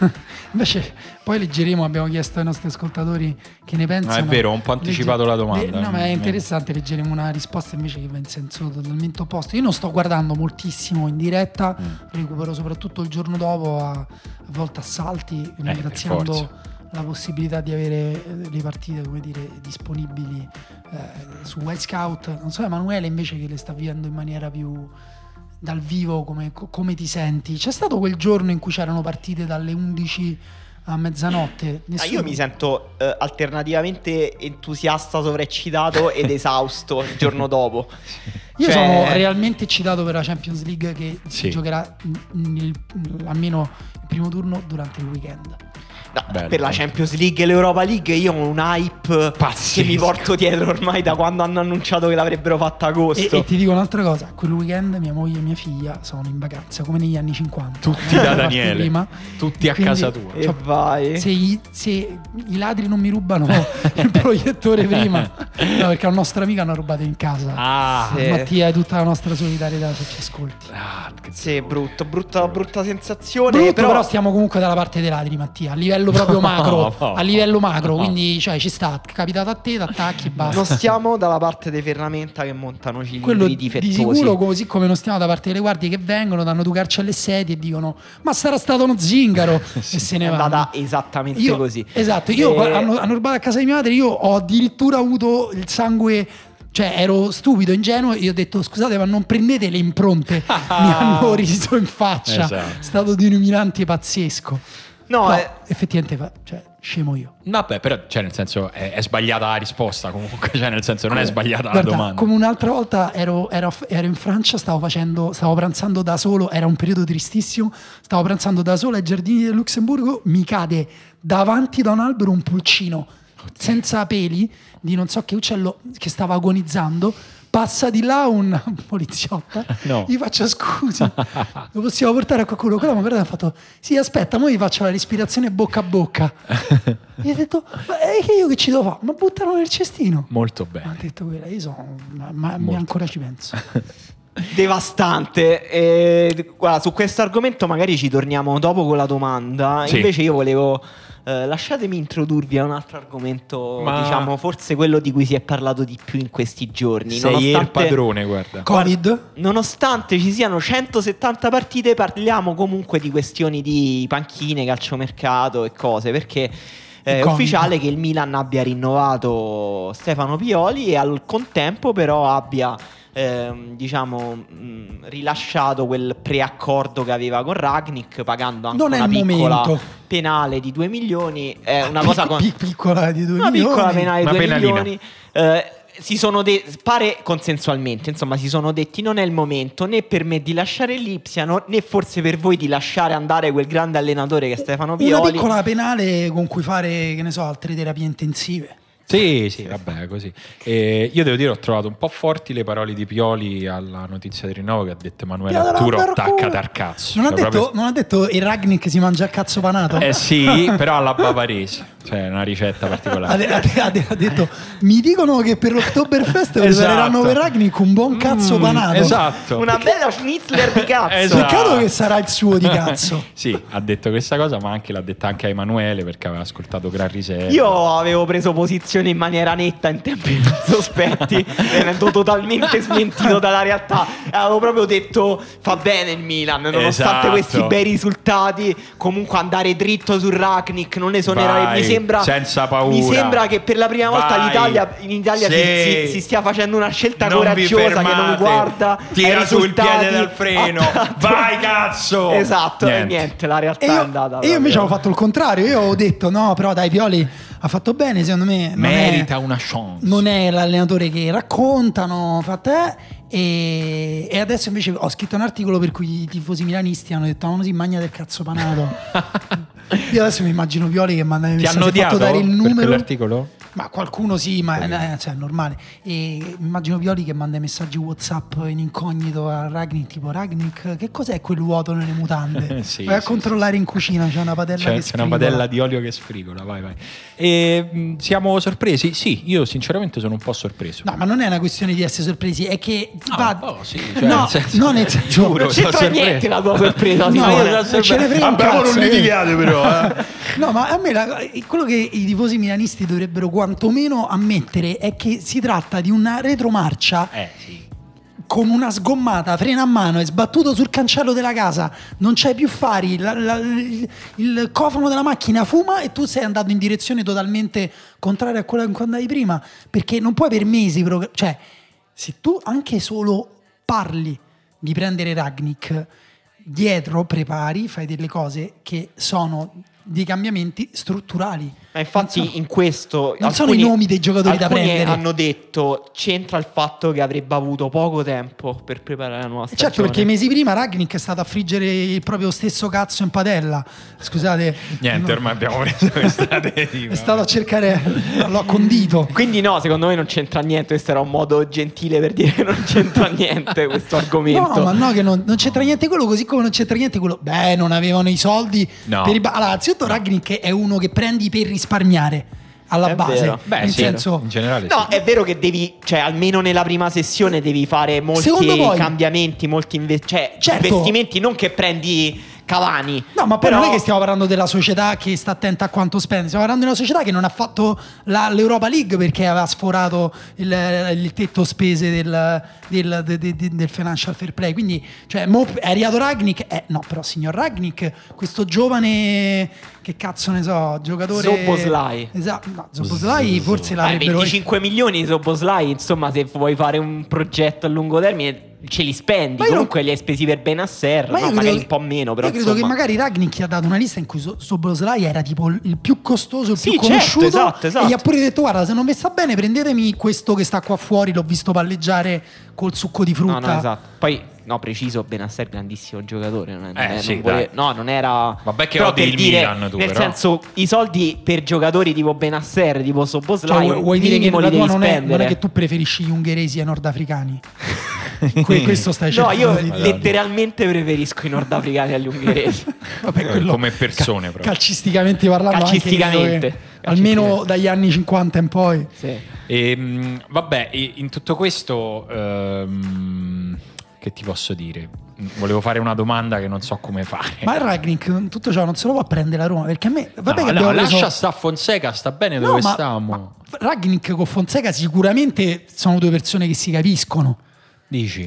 Invece poi leggeremo, abbiamo chiesto ai nostri ascoltatori che ne pensano. No, è vero, ho un po' anticipato Legge... la domanda. Le... No, ma è interessante, leggeremo una risposta invece che va in senso totalmente opposto. Io non sto guardando moltissimo in diretta, mm. recupero soprattutto il giorno dopo, a, a volte a salti, ringraziando eh, la possibilità di avere le partite, come dire, disponibili eh, su Wild Scout. Non so, Emanuele invece che le sta vivendo in maniera più dal vivo, come, come ti senti? C'è stato quel giorno in cui c'erano partite dalle undici a mezzanotte? Ah, io mi sento eh, alternativamente entusiasta, sovraeccitato ed esausto il giorno dopo. Io cioè... sono realmente eccitato per la Champions League che sì. si giocherà nel, almeno il primo turno durante il weekend. No, bello, per la Champions League e l'Europa League io ho un hype pazzesco che mi porto dietro ormai da quando hanno annunciato che l'avrebbero fatta agosto. E, e ti dico un'altra cosa, quel weekend mia moglie e mia figlia sono in vacanza come negli anni cinquanta, tutti da Daniele prima, tutti a casa tua, e cioè, vai. Se i, se i ladri non mi rubano il proiettore prima, no, perché al nostro amico hanno rubato in casa. Ah, sì. Mattia, è tutta la nostra solidarietà se ci ascolti. Ah, sì, brutto, brutta, brutta sensazione. Brutto, però... però stiamo comunque dalla parte dei ladri, Mattia, a livello proprio macro, no, no, a livello macro, no. Quindi cioè ci sta, capitato a te, t'attacchi, basta. Non stiamo dalla parte dei Ferramenta che montano cilindri quello difettosi. Di sicuro, così come non stiamo da parte delle guardie che vengono, danno due calci alle sedie e dicono ma sarà stato uno zingaro sì, e se ne è va. andata esattamente io, così. Esatto, io e... hanno, hanno rubato a casa di mia madre, io ho addirittura avuto il sangue, cioè ero stupido, ingenuo, io ho detto scusate ma non prendete le impronte. Mi hanno riso in faccia, esatto. È stato di un umilante pazzesco. No, però, è... effettivamente, cioè, scemo io. Vabbè, però, cioè, nel senso, è, è sbagliata la risposta comunque, cioè, nel senso, non è sbagliata Guarda, la domanda. Come un'altra volta ero, ero, ero in Francia, stavo facendo, stavo pranzando da solo, era un periodo tristissimo, stavo pranzando da solo ai giardini del Lussemburgo, mi cade davanti da un albero un pulcino senza peli di non so che uccello che stava agonizzando. Passa di là un poliziotto, no. Gli faccio scusi, lo possiamo portare a qualcuno? Quello mi ha fatto sì, aspetta, mo gli faccio la respirazione bocca a bocca. Gli ho detto ma io che ci devo fare? Ma buttano nel cestino. Molto bene. Ma ha detto quella, io sono, ma, ma ancora ci penso. Devastante. E, guarda, su questo argomento magari ci torniamo dopo con la domanda. Sì. Invece io volevo Uh, lasciatemi introdurvi a un altro argomento, Ma... diciamo forse quello di cui si è parlato di più in questi giorni. Sei nonostante... il padrone, guarda. Covid? Nonostante ci siano centosettanta partite, parliamo comunque di questioni di panchine, calciomercato e cose, perché è Covid. ufficiale che il Milan abbia rinnovato Stefano Pioli e al contempo però abbia ehm, diciamo mh, rilasciato quel preaccordo che aveva con Rangnick, pagando anche Non è una il piccola momento. penale di due milioni. È una cosa con... Pic- piccola di due una milioni. piccola penale di Una due penalina. milioni. Eh, si sono de- pare consensualmente, insomma, si sono detti non è il momento né per me di lasciare l'Ipsiano né forse per voi di lasciare andare quel grande allenatore che è Stefano Pioli. Una piccola penale con cui fare, che ne so, altre terapie intensive. Sì, sì, vabbè, così. E io devo dire, ho trovato un po' forti le parole di Pioli alla notizia del rinnovo, che ha detto Emanuele Piadra Arturo, Marco. attaccate al cazzo. Non ha, Cioè, detto, proprio- non ha detto il Rangnick si mangia il cazzo panato? Eh sì, però alla bavarese, cioè una ricetta Ha, particolare. de- ha de- ha de- ha detto mi dicono che per l'Oktoberfest Esatto. prepareranno per Rangnick un buon cazzo Mm, panato. Esatto. Una bella schnitzler di cazzo. Esatto. Peccato che sarà il suo di cazzo. Sì, ha detto questa cosa, ma anche l'ha detta anche a Emanuele, perché aveva ascoltato Gran Riserva. Io avevo preso posizione in maniera netta in tempi non sospetti, venendo totalmente smentito dalla realtà. Avevo proprio detto fa bene il Milan, nonostante Esatto. questi bei risultati, comunque andare dritto sul Rangnick, non esonerare. Vai, Mi sembra, senza paura. mi sembra che per la prima volta Vai. l'Italia, in Italia Sì. si, si- si stia facendo una scelta Non vi coraggiosa che non fermate. guarda Tira ai sul risultati. piede del freno. Vai, cazzo! Esatto, Niente. e niente, la realtà E è io, andata. e io invece proprio. ho fatto il contrario. Io ho detto no, però dai, Pioli ha fatto bene, secondo me non Merita è, una chance. non è l'allenatore che raccontano, fa te. E, e adesso invece ho scritto un articolo per cui i tifosi milanisti hanno detto no, si magna del cazzo panato. Io adesso mi immagino Pioli che manda Ti mi hanno si è fatto odiato dare il per numero. quell'articolo? Ma qualcuno sì, ma eh, cioè, è normale. E immagino Pioli che manda i messaggi WhatsApp in incognito a Rangnick, tipo Rangnick, che cos'è quel vuoto nelle mutande? Sì, Vai a sì, controllare in cucina, c'è una padella C'è, che c'è sfrigola. una padella di olio che sfrigola, vai vai. E, mh, siamo sorpresi? Sì, io sinceramente sono un po' sorpreso. No, ma non è una questione di essere sorpresi, è che No, va... un po' sì, cioè, no, nel senso- no, nel senso... Giuro, Non c'entra sono niente sorpreso. la tua sorpresa, No, Simone. io sono non ce ne sorpreso. frega un Vabbè, ma cazzo, non eh. litigate però, eh. No, ma a me la- quello che i tifosi milanisti dovrebbero quantomeno ammettere è che si tratta di una retromarcia Eh sì. con una sgommata, freno a mano, è sbattuto sul cancello della casa, non c'hai più fari, la- la- il, il cofano della macchina fuma e tu sei andato in direzione totalmente contraria a quella in cui andavi prima, perché non puoi per mesi, pro- cioè se tu anche solo parli di prendere Rangnick, dietro prepari, fai delle cose che sono dei cambiamenti strutturali. Ma infatti Non so- in questo non sono i nomi dei giocatori da alcuni prendere. hanno detto c'entra il fatto che avrebbe avuto poco tempo per preparare la nuova E stagione. certo, perché mesi prima Rangnick è stato a friggere il proprio stesso cazzo in padella. Scusate, Niente, no, ormai abbiamo preso questa deriva. è stato a cercare, l'ho condito. Quindi no, secondo me non c'entra niente. Questo era un modo gentile per dire che non c'entra niente questo argomento. No, ma no, che non, non c'entra niente quello, così come non c'entra niente quello. Beh, non avevano i soldi No. per i ba- allora, anzitutto Rangnick è uno che prendi per risparmiare alla È base. vero. Beh, Nel sì, senso, in generale No, sì. è vero che devi, cioè almeno nella prima sessione devi fare molti Secondo voi- cambiamenti, molti inve- cioè, Certo. investimenti, non che prendi Cavani. no, ma poi Però- non è che stiamo parlando della società che sta attenta a quanto spende, stiamo parlando di una società che non ha fatto la- l'Europa League perché aveva sforato il, il tetto spese del, del, de- de- de- del financial fair play. Quindi, cioè, mo è arrivato Rangnick, eh, no, però signor Rangnick, questo giovane, che cazzo ne so, giocatore... Szoboszlai. Esatto, no, Szoboszlai forse Eh, l'avrebbero... venticinque milioni su Boslai, insomma, se vuoi fare un progetto a lungo termine ce li spendi. Ma io Comunque non- li hai spesi per Benasser, Ma no, io magari credo un po' meno, però io credo insomma. che magari Rangnick gli ha dato una lista in cui So- Szoboszlai era tipo il più costoso, il Sì, più certo, conosciuto, esatto, esatto. e gli ha pure detto guarda, se non vi sta bene prendetemi questo che sta qua fuori, l'ho visto palleggiare col succo di frutta. No, no, esatto. Poi no, preciso, Benasser grandissimo giocatore, non, è- non Eh, è- sì, non vuole- dai. no, non era. Vabbè che però odi per il dire, Milan tu, nel però. senso, i soldi per giocatori tipo Benasser, tipo Cioè, Szoboszlai, vuoi, vuoi dire che minimo la li tua devi non è, non spendere. è che tu preferisci gli ungheresi ai nordafricani? Que- questo stai No, cercando io di Madonna. letteralmente preferisco i nordafricani agli ungheresi. Vabbè, Eh, quello- come persone ca- proprio. calcisticamente parlando, anche Calcisticamente. credo che almeno dagli anni cinquanta in poi. Sì. E, mh, vabbè, e in tutto questo, ehm, che ti posso dire? Volevo fare una domanda che non so come fare. Ma il Rangnick tutto ciò non se lo può prendere la Roma, perché a me vabbè no, che no, abbiamo lascia preso... sta Fonseca, sta bene No, dove ma- stiamo. ma Rangnick con Fonseca sicuramente sono due persone che si capiscono. Dici?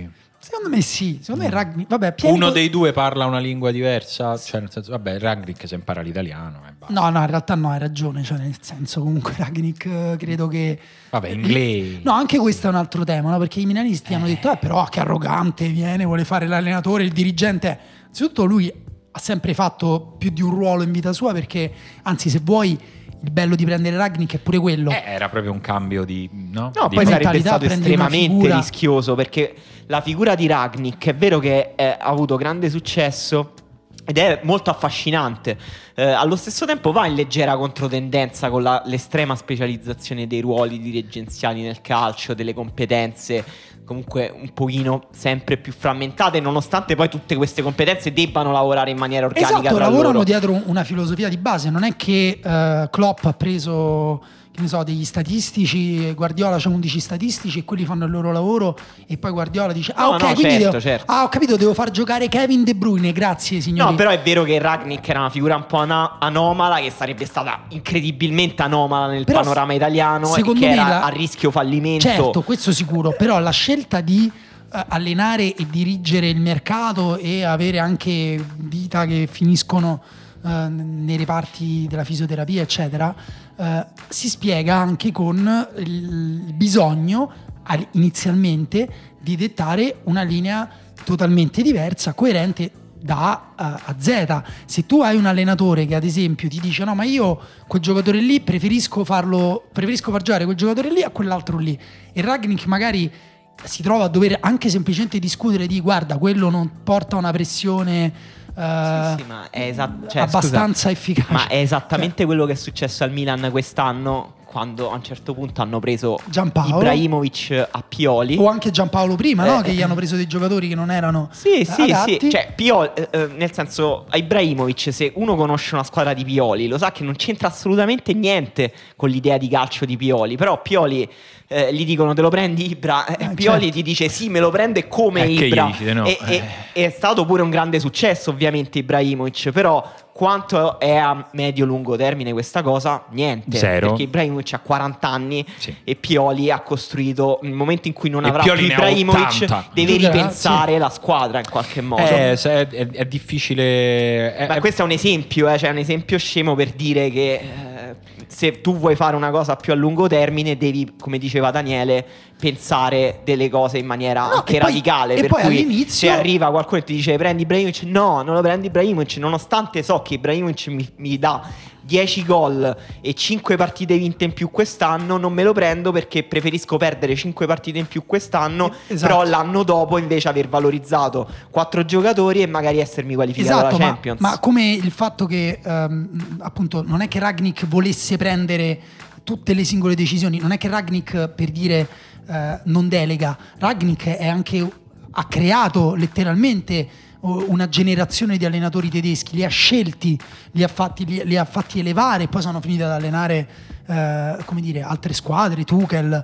Secondo me sì, secondo me Ragnick, vabbè, Pieri Uno po- dei due parla una lingua diversa, cioè nel senso, vabbè, Ragnick se impara l'italiano e basta. No, no, in realtà no, hai ragione, cioè nel senso comunque Ragnick eh, credo che... Vabbè, inglese. No, anche questo è un altro tema, no? Perché i milanisti hanno detto, eh però che arrogante, viene, vuole fare l'allenatore, il dirigente. Innanzitutto lui ha sempre fatto più di un ruolo in vita sua, perché anzi se vuoi il bello di prendere Ragnick è pure quello. Eh, era proprio un cambio di... No, No, di poi sarebbe mentalità, stato prendi una estremamente figura- rischioso, perché la figura di Ragnick è vero che eh, ha avuto grande successo ed è molto affascinante. Eh, allo stesso tempo va in leggera controtendenza con la- l'estrema specializzazione dei ruoli dirigenziali nel calcio, delle competenze comunque un pochino sempre più frammentate, nonostante poi tutte queste competenze debbano lavorare in maniera organica Esatto, tra lavorano loro. dietro una filosofia di base. Non è che eh, Klopp ha preso, che ne so, degli statistici, Guardiola c'ha undici statistici e quelli fanno il loro lavoro e poi Guardiola dice ah No, ok, no, quindi certo, devo, certo. ah ho capito, devo far giocare Kevin De Bruyne, grazie signori. No, però è vero che Ragnick era una figura un po' ana- anomala, che sarebbe stata incredibilmente anomala nel Però, panorama italiano e secondo che me era la- a rischio fallimento. Certo, questo sicuro, però la scelta di eh, allenare e dirigere il mercato e avere anche vita che finiscono eh, nei reparti della fisioterapia eccetera eh, si spiega anche con il bisogno al- inizialmente di dettare una linea totalmente diversa, coerente da A a Z. Se tu hai un allenatore che ad esempio ti dice no ma io quel giocatore lì preferisco farlo preferisco far giocare quel giocatore lì a quell'altro lì, e Ragnick magari si trova a dover anche semplicemente discutere di guarda quello non porta una pressione eh, Sì, sì, ma è esat- cioè, abbastanza scusa, efficace, ma è esattamente quello che è successo al Milan quest'anno, quando a un certo punto hanno preso Giampaolo. Ibrahimovic a Pioli. o anche Giampaolo prima, no? Eh, Che gli hanno preso dei giocatori che non erano Sì, eh, sì, adatti. sì. Cioè, Pioli, eh, eh, nel senso, a Ibrahimovic, se uno conosce una squadra di Pioli, lo sa che non c'entra assolutamente niente con l'idea di calcio di Pioli. Però Pioli eh, gli dicono te lo prendi Ibra, eh, Eh, Pioli certo. ti dice sì, me lo prende come Eh, che Ibra. gli dici di no? E, Eh. e- è stato pure un grande successo, ovviamente, Ibrahimovic, però quanto è a medio-lungo termine questa cosa? Niente. Zero. Perché Ibrahimovic ha quaranta anni Sì. e Pioli ha costruito, nel momento in cui non E avrà Pioli più ne ha Ibrahimovic, ottanta. deve Giocherà, ripensare la squadra in qualche modo. Eh, se- è, è- è difficile. È, Ma è- questo è un esempio, eh, cioè un esempio scemo per dire che eh, se tu vuoi fare una cosa più a lungo termine devi, come diceva Daniele, pensare delle cose in maniera No, anche e poi- radicale. e Per poi cui all'inizio- se arriva qualcuno e ti dice prendi Ibrahimovic, no, non lo prendi Ibrahimovic, nonostante so che Ibrahimovic mi, mi dà dieci gol e cinque partite vinte in più quest'anno, non me lo prendo perché preferisco perdere cinque partite in più quest'anno, Esatto. però l'anno dopo invece aver valorizzato quattro giocatori e magari essermi qualificato Esatto, alla ma, Champions. ma come il fatto che ehm, appunto non è che Ragnick volesse prendere tutte le singole decisioni, non è che Ragnick per dire eh, non delega, Ragnick è anche ha creato letteralmente una generazione di allenatori tedeschi, li ha scelti, li ha fatti, li, li ha fatti elevare e poi sono finiti ad allenare eh, come dire, altre squadre, Tuchel,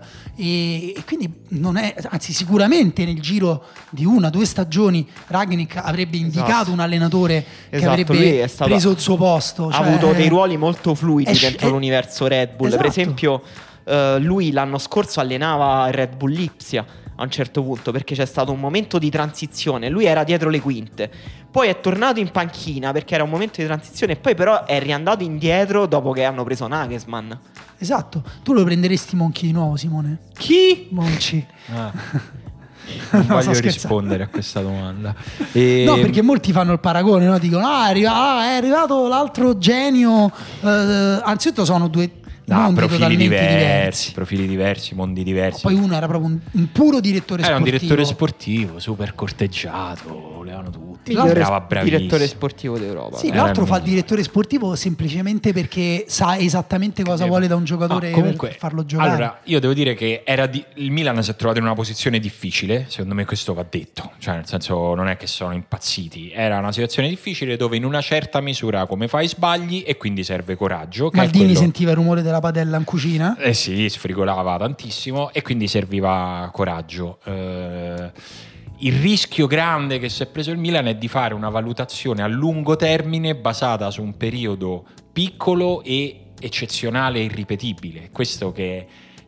e, e quindi non è, anzi sicuramente nel giro di una, due stagioni Ragnick avrebbe indicato Esatto. un allenatore che Esatto, lui avrebbe è stato- preso il suo posto, ha cioè- avuto dei ruoli molto fluidi è sc- dentro è- l'universo Red Bull. Per Esatto. esempio, eh, lui l'anno scorso allenava il Red Bull Lipsia a un certo punto, perché c'è stato un momento di transizione. Lui era dietro le quinte, poi è tornato in panchina perché era un momento di transizione, e poi però è riandato indietro dopo che hanno preso Nagelsmann. Esatto, tu lo prenderesti Monchi di nuovo, Simone? Chi? Monchi. Ah. Non No, voglio sto scherzando. rispondere a questa domanda. E- No, perché molti fanno il paragone, no? Dicono, ah, è arriva- ah, è arrivato l'altro genio. Eh, anzitutto sono due No, mondi profili totalmente diversi, diversi. profili diversi, mondi diversi. Poi uno era proprio un, un puro direttore Era un sportivo. direttore sportivo, super corteggiato, lo volevano tutti. Migliore Brava, bravissimo. direttore sportivo d'Europa. Sì, Era l'altro il fa il migliore. direttore sportivo semplicemente perché sa esattamente cosa vuole da un giocatore No, comunque, per farlo giocare. Allora, io devo dire che era di- il Milan si è trovato in una posizione difficile, secondo me questo va detto, cioè nel senso non è che sono impazziti, era una situazione difficile dove in una certa misura come fai sbagli e quindi serve coraggio. Che è Maldini quello- sentiva il rumore della padella in cucina. Eh sì, sfrigolava tantissimo e quindi serviva coraggio. Eh, il rischio grande che si è preso il Milan è di fare una valutazione a lungo termine basata su un periodo piccolo e eccezionale e irripetibile. Questo che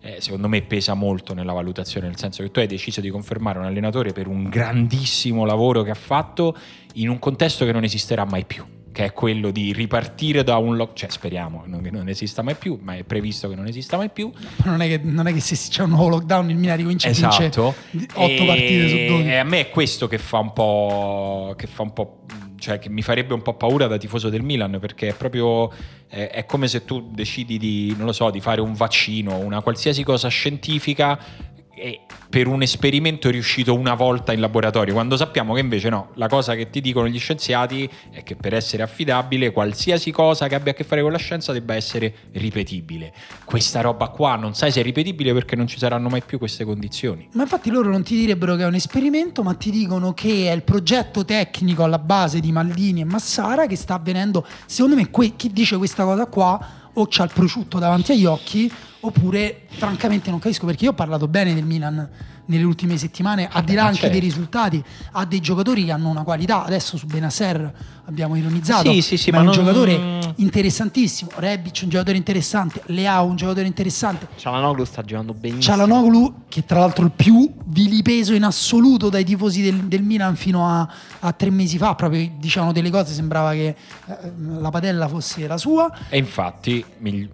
eh, secondo me pesa molto nella valutazione, nel senso che tu hai deciso di confermare un allenatore per un grandissimo lavoro che ha fatto in un contesto che non esisterà mai più, che è quello di ripartire da un lockdown, cioè speriamo che non esista mai più, ma è previsto che non esista mai più. Non è che, non è che se c'è un nuovo lockdown il Milan ricomincia esatto. a vincere otto partite su dodici. E a me è questo che fa un po', che fa un po', cioè che mi farebbe un po' paura da tifoso del Milan, perché è proprio è, è come se tu decidi di, non lo so, di fare un vaccino, una qualsiasi cosa scientifica, e per un esperimento riuscito una volta in laboratorio, quando sappiamo che invece no, la cosa che ti dicono gli scienziati è che per essere affidabile qualsiasi cosa che abbia a che fare con la scienza debba essere ripetibile. Questa roba qua non sai se è ripetibile perché non ci saranno mai più queste condizioni. Ma infatti loro non ti direbbero che è un esperimento, ma ti dicono che è il progetto tecnico alla base di Maldini e Massara che sta avvenendo. Secondo me que- chi dice questa cosa qua o c'ha il prosciutto davanti agli occhi, oppure francamente non capisco, perché io ho parlato bene del Milan nelle ultime settimane, al di là anche certo. dei risultati, ha dei giocatori che hanno una qualità. Adesso su Benasser abbiamo ironizzato, sì, sì, sì, ma, ma è un non... giocatore interessantissimo. Rebic un giocatore interessante, Leao un giocatore interessante, Çalhanoğlu sta giocando benissimo. Çalhanoğlu, che tra l'altro il più vilipeso in assoluto dai tifosi del, del Milan fino a, a tre mesi fa, proprio dicevano delle cose, sembrava che eh, la padella fosse la sua, e infatti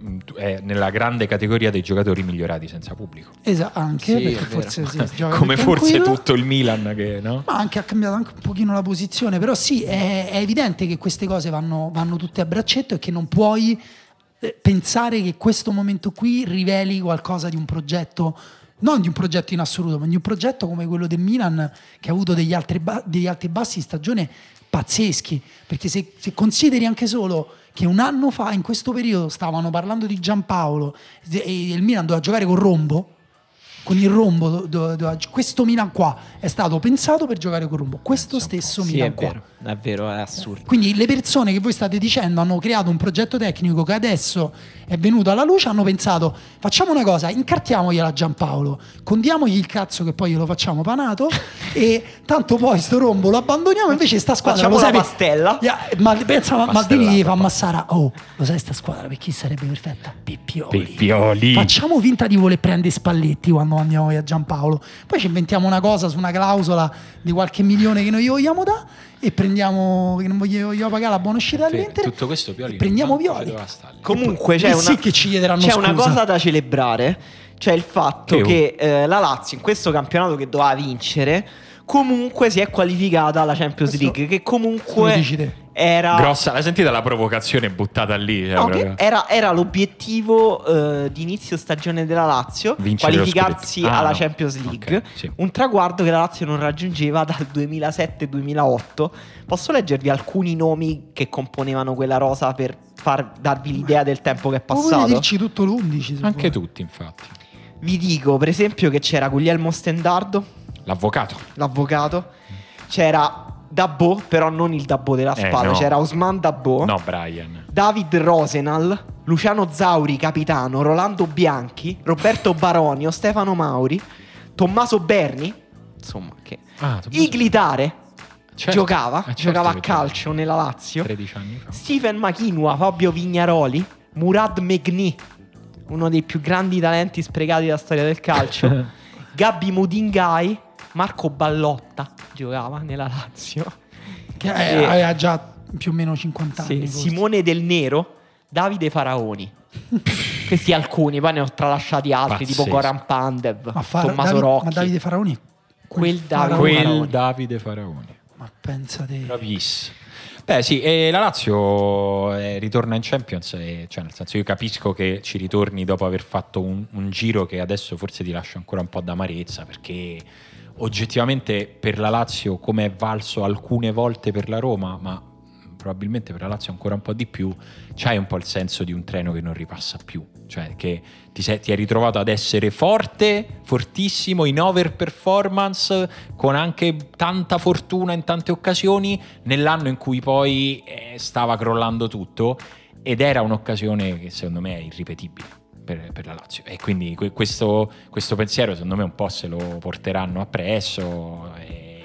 è nella grande categoria dei giocatori migliorati senza pubblico. Esatto, anche sì, perché forse si gioca come più forse tranquillo. tutto il Milan, che no? Ma anche ha cambiato anche un pochino la posizione, però sì, è, è evidente che queste cose vanno, vanno tutte a braccetto e che non puoi eh, pensare che questo momento qui riveli qualcosa di un progetto, non di un progetto in assoluto, ma di un progetto come quello del Milan, che ha avuto degli altri, ba- degli alti e bassi di stagione pazzeschi, perché se, se consideri anche solo che un anno fa in questo periodo stavano parlando di Giampaolo e il Milan doveva giocare con Rombo, con il Rombo do, do, do, questo Milan qua è stato pensato per giocare con Rombo, questo stesso sì, Milan è qua. vero, è vero, è assurdo. Quindi le persone che voi state dicendo hanno creato un progetto tecnico che adesso è venuto alla luce, hanno pensato facciamo una cosa, incartiamogliela a Giampaolo, condiamogli il cazzo che poi glielo facciamo panato e tanto poi sto Rombo lo abbandoniamo, invece sta squadra Facciamo lo la sai, pastella. Yeah, ma pensa, ma, Pastella, Maldini fa papà. Massara, oh lo sai sta squadra per chi sarebbe perfetta? Pippioli. Pippioli. Facciamo finta di voler prendere Spalletti quando andiamo a Giampaolo, poi ci inventiamo una cosa su una clausola di qualche milione che noi gli vogliamo dare e prendiamo, che non voglio, voglio pagare la buona uscita dall'Inter, tutto questo Pioli e prendiamo non Pioli. doveva stare. Comunque c'è, Eh una, sì che ci chiederanno c'è scusa. una cosa da celebrare, cioè il fatto Che, oh. che eh, la Lazio in questo campionato che doveva vincere comunque si è qualificata alla Champions Questo League, che lo comunque dici te. era Grossa, l'hai sentita la provocazione buttata lì? Cioè, no, proprio. che era, era l'obiettivo eh, di inizio stagione della Lazio, Vincere lo qualificarsi scudetto. Ah, alla no. Champions League, Ok, sì. un traguardo che la Lazio non raggiungeva dal duemilasette duemilaotto. Posso leggervi alcuni nomi che componevano quella rosa per far, darvi l'idea del tempo che è Ma vuoi passato? dirci tutto l'undici? se Anche vuoi. tutti, infatti. Vi dico per esempio che c'era Guglielmo Stendardo, L'avvocato. l'avvocato, c'era Dabbo, però non il Dabbo della Eh, spada, no. c'era Osman Dabbo, No, Brian. David Rosenal, Luciano Zauri capitano, Rolando Bianchi, Roberto Baronio, Stefano Mauri, Tommaso Berni, insomma che Ah, tu- Iglitare Certo. giocava, Eh, certo giocava a che calcio nella Lazio, tredici anni fa. Stephen Machinua, Fabio Vignaroli, Murad Megni, uno dei più grandi talenti sprecati della storia del calcio, Gabby Mudingai, Marco Ballotta giocava nella Lazio, Che E- aveva già più o meno cinquanta sì, anni forse. Simone Del Nero, Davide Faraoni. Questi alcuni, poi ne ho tralasciati altri, Pazzesco. tipo Goran Pandev, ma, Fara- Tommaso Davi- Rocchi. ma Davide Faraoni Quel Davide Faraoni. Quel Faraoni. Davide Faraoni. Ma pensate, Bravissimo. Beh sì, e la Lazio eh, ritorna in Champions, e, cioè nel senso io capisco che ci ritorni dopo aver fatto un, un giro che adesso forse ti lascia ancora un po' d'amarezza, perché oggettivamente per la Lazio, come è valso alcune volte per la Roma, ma probabilmente per la Lazio ancora un po' di più, c'hai un po' il senso di un treno che non ripassa più, cioè che ti, sei, ti hai ritrovato ad essere forte, fortissimo, in overperformance, con anche tanta fortuna in tante occasioni, nell'anno in cui poi eh, stava crollando tutto, ed era un'occasione che secondo me è irripetibile per, per la Lazio, e quindi que- questo, questo pensiero secondo me un po' se lo porteranno appresso, e,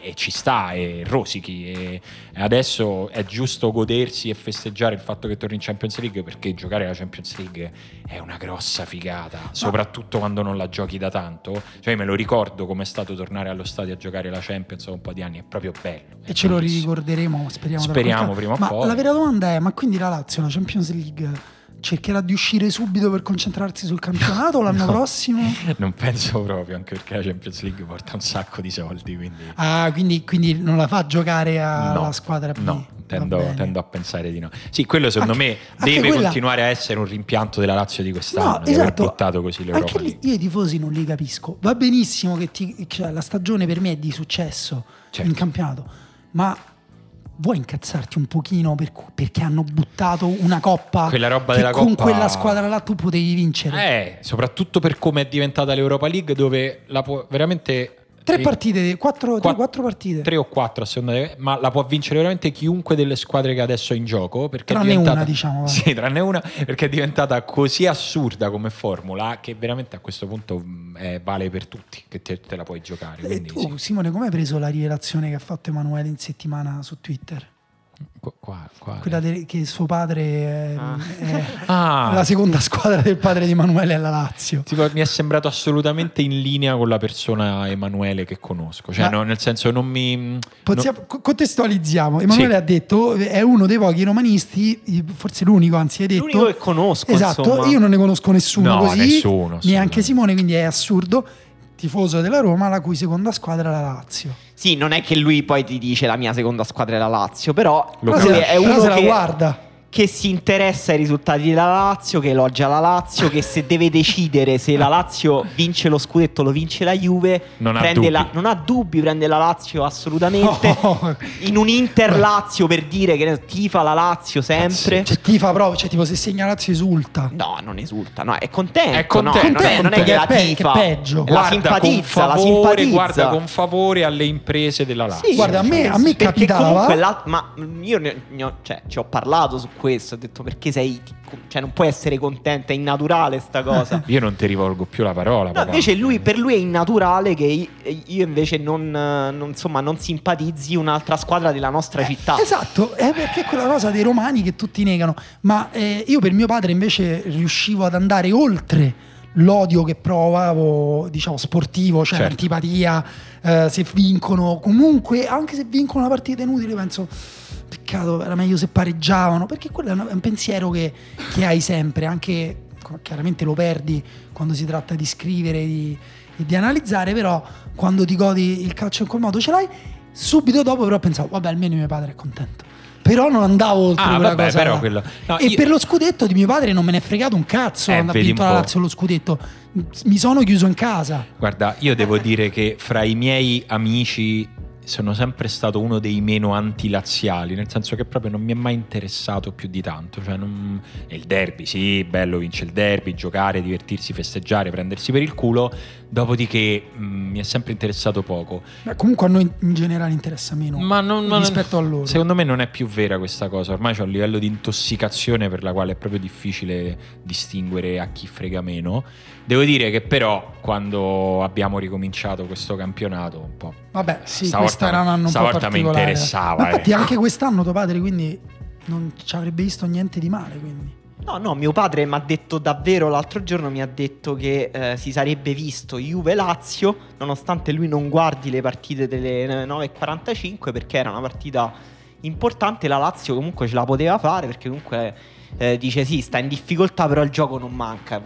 e ci sta, e rosichi, e adesso è giusto godersi e festeggiare il fatto che torni in Champions League, perché giocare la Champions League è una grossa figata, soprattutto quando non la giochi da tanto. Cioè me lo ricordo come è stato tornare allo stadio a giocare la Champions un po' di anni, è proprio bello, è e ce lo bellissimo. ricorderemo, speriamo, speriamo prima o ma poi. la vera domanda è: ma quindi la Lazio, la Champions League, cercherà di uscire subito per concentrarsi sul campionato l'anno No, prossimo? Non penso proprio, anche perché la Champions League porta un sacco di soldi, quindi Ah, quindi, quindi non la fa giocare alla no, squadra B? no, tendo, Va bene. tendo a pensare di no. Sì, quello secondo Anche- me anche deve quella- continuare a essere un rimpianto della Lazio di quest'anno, No, di aver esatto. buttato così l'Europa Anche lì League. io i tifosi non li capisco. Va benissimo che ti- cioè, la stagione per me è di successo Certo. in campionato, ma vuoi incazzarti un pochino per cu- perché hanno buttato una coppa Quella roba che della con Coppa- quella squadra là tu potevi vincere? Eh, soprattutto per come è diventata l'Europa League, dove la può veramente Tre eh, partite, quattro, tre, Quatt- quattro partite. tre o quattro a seconda de- ma la può vincere veramente chiunque delle squadre che adesso è in gioco, perché Tranne è diventata, una, diciamo, va. sì, tranne una, perché è diventata così assurda come formula che veramente a questo punto mh, eh, vale per tutti, che te, te la puoi giocare, E quindi tu, sì. Simone, come hai preso la rivelazione che ha fatto Emanuele in settimana su Twitter? Qua, qua, qua. Quella de- che suo padre è, Ah. è Ah. la seconda squadra del padre di Emanuele è la Lazio. Tipo, mi è sembrato assolutamente in linea con la persona Emanuele che conosco, cioè Ma- no, nel senso non mi Possiamo- no- co- contestualizziamo. Emanuele Sì. ha detto, è uno dei pochi romanisti, forse l'unico, anzi hai detto. L'unico che conosco, Esatto, insomma. io non ne conosco nessuno No, così, nessuno, neanche assolutamente. Simone, quindi è assurdo. Tifoso della Roma, la cui seconda squadra è la Lazio. Sì, non è che lui poi ti dice la mia seconda squadra è la Lazio, però Lo Però lui se, capisci. è però uno se la che, guarda. che si interessa ai risultati della Lazio, che elogia la Lazio, che se deve decidere se la Lazio vince lo scudetto lo vince la Juve, Non ha prende dubbi. la, non ha dubbi, prende la Lazio assolutamente. Oh. In un Inter Lazio, per dire che ne- tifa la Lazio sempre. Cioè, tifa proprio, cioè tipo se segna Lazio esulta. No, non esulta, no, è contento. È contento, no, non, è, non è che la che è pe- tifa, che è peggio. la guarda con simpatizza, la favore, simpatizza. guarda con favore alle imprese della Lazio. Sì, Guarda, a me- a me perché capitava- comunque la- ma io ne, ne ho, cioè, ci ho parlato su questo, ho detto perché sei, cioè non puoi essere contenta, è innaturale sta cosa. Io non ti rivolgo più la parola. No, papà. invece lui, per lui è innaturale che io, io invece non, non, insomma, non simpatizzi un'altra squadra della nostra città. Esatto, è perché è quella cosa dei romani che tutti negano. Ma eh, io per mio padre invece riuscivo ad andare oltre l'odio che provavo, diciamo, sportivo, cioè Certo. l'antipatia, eh, se vincono, comunque, anche se vincono una partita inutile, penso, peccato, era meglio se pareggiavano, perché quello è un, è un pensiero che, che hai sempre, anche chiaramente lo perdi quando si tratta di scrivere di, e di analizzare, però quando ti godi il calcio in quel modo ce l'hai. Subito dopo però pensavo, vabbè, almeno mio padre è contento. Però non andavo oltre Ah, quella vabbè, cosa però là. quello- no, e io- per lo scudetto di mio padre non me ne è fregato un cazzo Eh, quando ha vedi vinto un la po'. Lazio lo scudetto. Mi sono chiuso in casa. Guarda, io devo dire che fra i miei amici sono sempre stato uno dei meno antilaziali, nel senso che proprio non mi è mai interessato più di tanto. Cioè non... il derby, sì, bello, vince il derby, giocare, divertirsi, festeggiare, prendersi per il culo. Dopodiché mh, mi è sempre interessato poco. Ma comunque a noi in generale interessa meno Ma non, non- rispetto a loro. Secondo me non è più vera questa cosa. Ormai c'è un livello di intossicazione per la quale è proprio difficile distinguere a chi frega meno. Devo dire che però quando abbiamo ricominciato questo campionato un po', Vabbè, sì, Stavolta- questo era un anno un po' stavolta mi particolare. interessava, Ma infatti eh. anche quest'anno tuo padre quindi non ci avrebbe visto niente di male, quindi. No, no, mio padre mi ha detto davvero l'altro giorno, mi ha detto che eh, si sarebbe visto Juve-Lazio, nonostante lui non guardi le partite delle nove e quarantacinque, perché era una partita importante. La Lazio comunque ce la poteva fare, perché comunque eh, dice sì, sta in difficoltà, però il gioco non manca.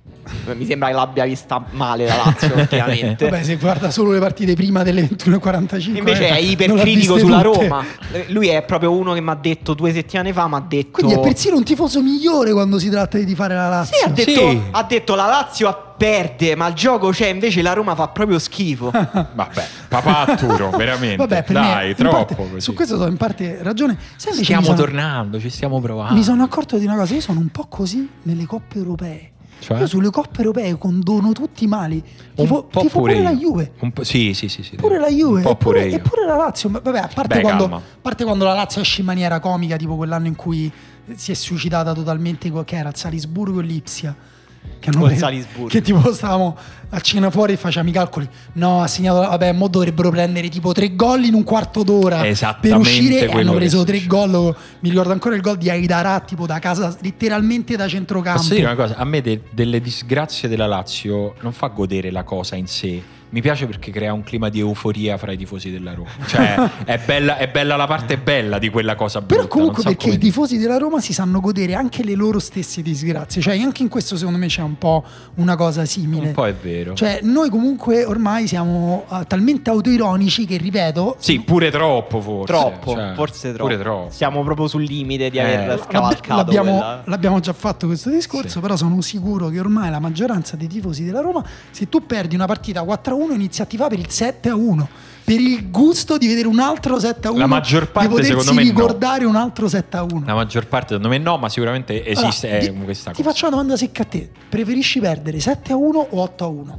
Mi sembra che l'abbia vista male la Lazio ultimamente. Vabbè, se guarda solo le partite prima delle ventuno e quarantacinque. Invece è eh, non l'ha ipercritico viste sulla tutte. Roma. Lui è proprio uno che mi ha detto due settimane fa, mi ha detto... Quindi è persino un tifoso migliore quando si tratta di fare la Lazio. Sì, ha detto, Sì. ha detto la Lazio perde, ma il gioco c'è, invece la Roma fa proprio schifo. vabbè, papà Arturo, veramente. Vabbè, per dai, me, in troppo parte- così. su questo do in parte ragione. Sai, invece Stiamo mi sono, tornando, ci stiamo provando. mi sono accorto di una cosa, io sono un po' così nelle coppe europee. Cioè? Io sulle coppe europee condono tutti i mali. un Tifo, po' tifo pure pure la io. Juve. Un po', sì, sì, sì, sì. Pure la Juve, Un po' pure eppure, io. eppure la Lazio. Ma vabbè, a parte, Beh, quando, calma. a parte quando la Lazio esce in maniera comica, tipo quell'anno in cui si è suicidata totalmente, che era il Salisburgo e l'Ipsia. Che, hanno Col preso, Salisburgo. che tipo stavamo a cena fuori e facciamo i calcoli. No, ha segnato, vabbè, mo dovrebbero prendere tipo tre gol in un quarto d'ora per uscire, e hanno preso tre gol. Mi ricordo ancora il gol di Aidara, tipo da casa, letteralmente da centrocampo. Posso dire una cosa? A me de- delle disgrazie della Lazio non fa godere la cosa in sé. Mi piace perché crea un clima di euforia fra i tifosi della Roma. Cioè è bella, è bella la parte bella di quella cosa brutta. Però comunque so perché come i tifosi della Roma si sanno godere anche le loro stesse disgrazie. Cioè anche in questo secondo me c'è un po' una cosa simile. Un po' è vero. Cioè noi comunque ormai siamo uh, talmente autoironici che, ripeto, sì, pure troppo forse. Troppo, cioè, forse troppo. Pure troppo. Siamo proprio sul limite di Eh, aver L'abbi- scavalcato l'abbiamo, quella... l'abbiamo già fatto questo discorso, Sì. però sono sicuro che ormai la maggioranza dei tifosi della Roma, se tu perdi una partita quattro a uno, inizia a tifare per il sette a uno, per il gusto di vedere un altro sette a uno, La maggior parte, di potersi secondo me, no. ricordare un altro sette a uno. La maggior parte secondo me no, ma sicuramente esiste Allora, eh, ti, questa ti cosa. faccio una domanda secca a te: preferisci perdere sette a uno o otto a uno?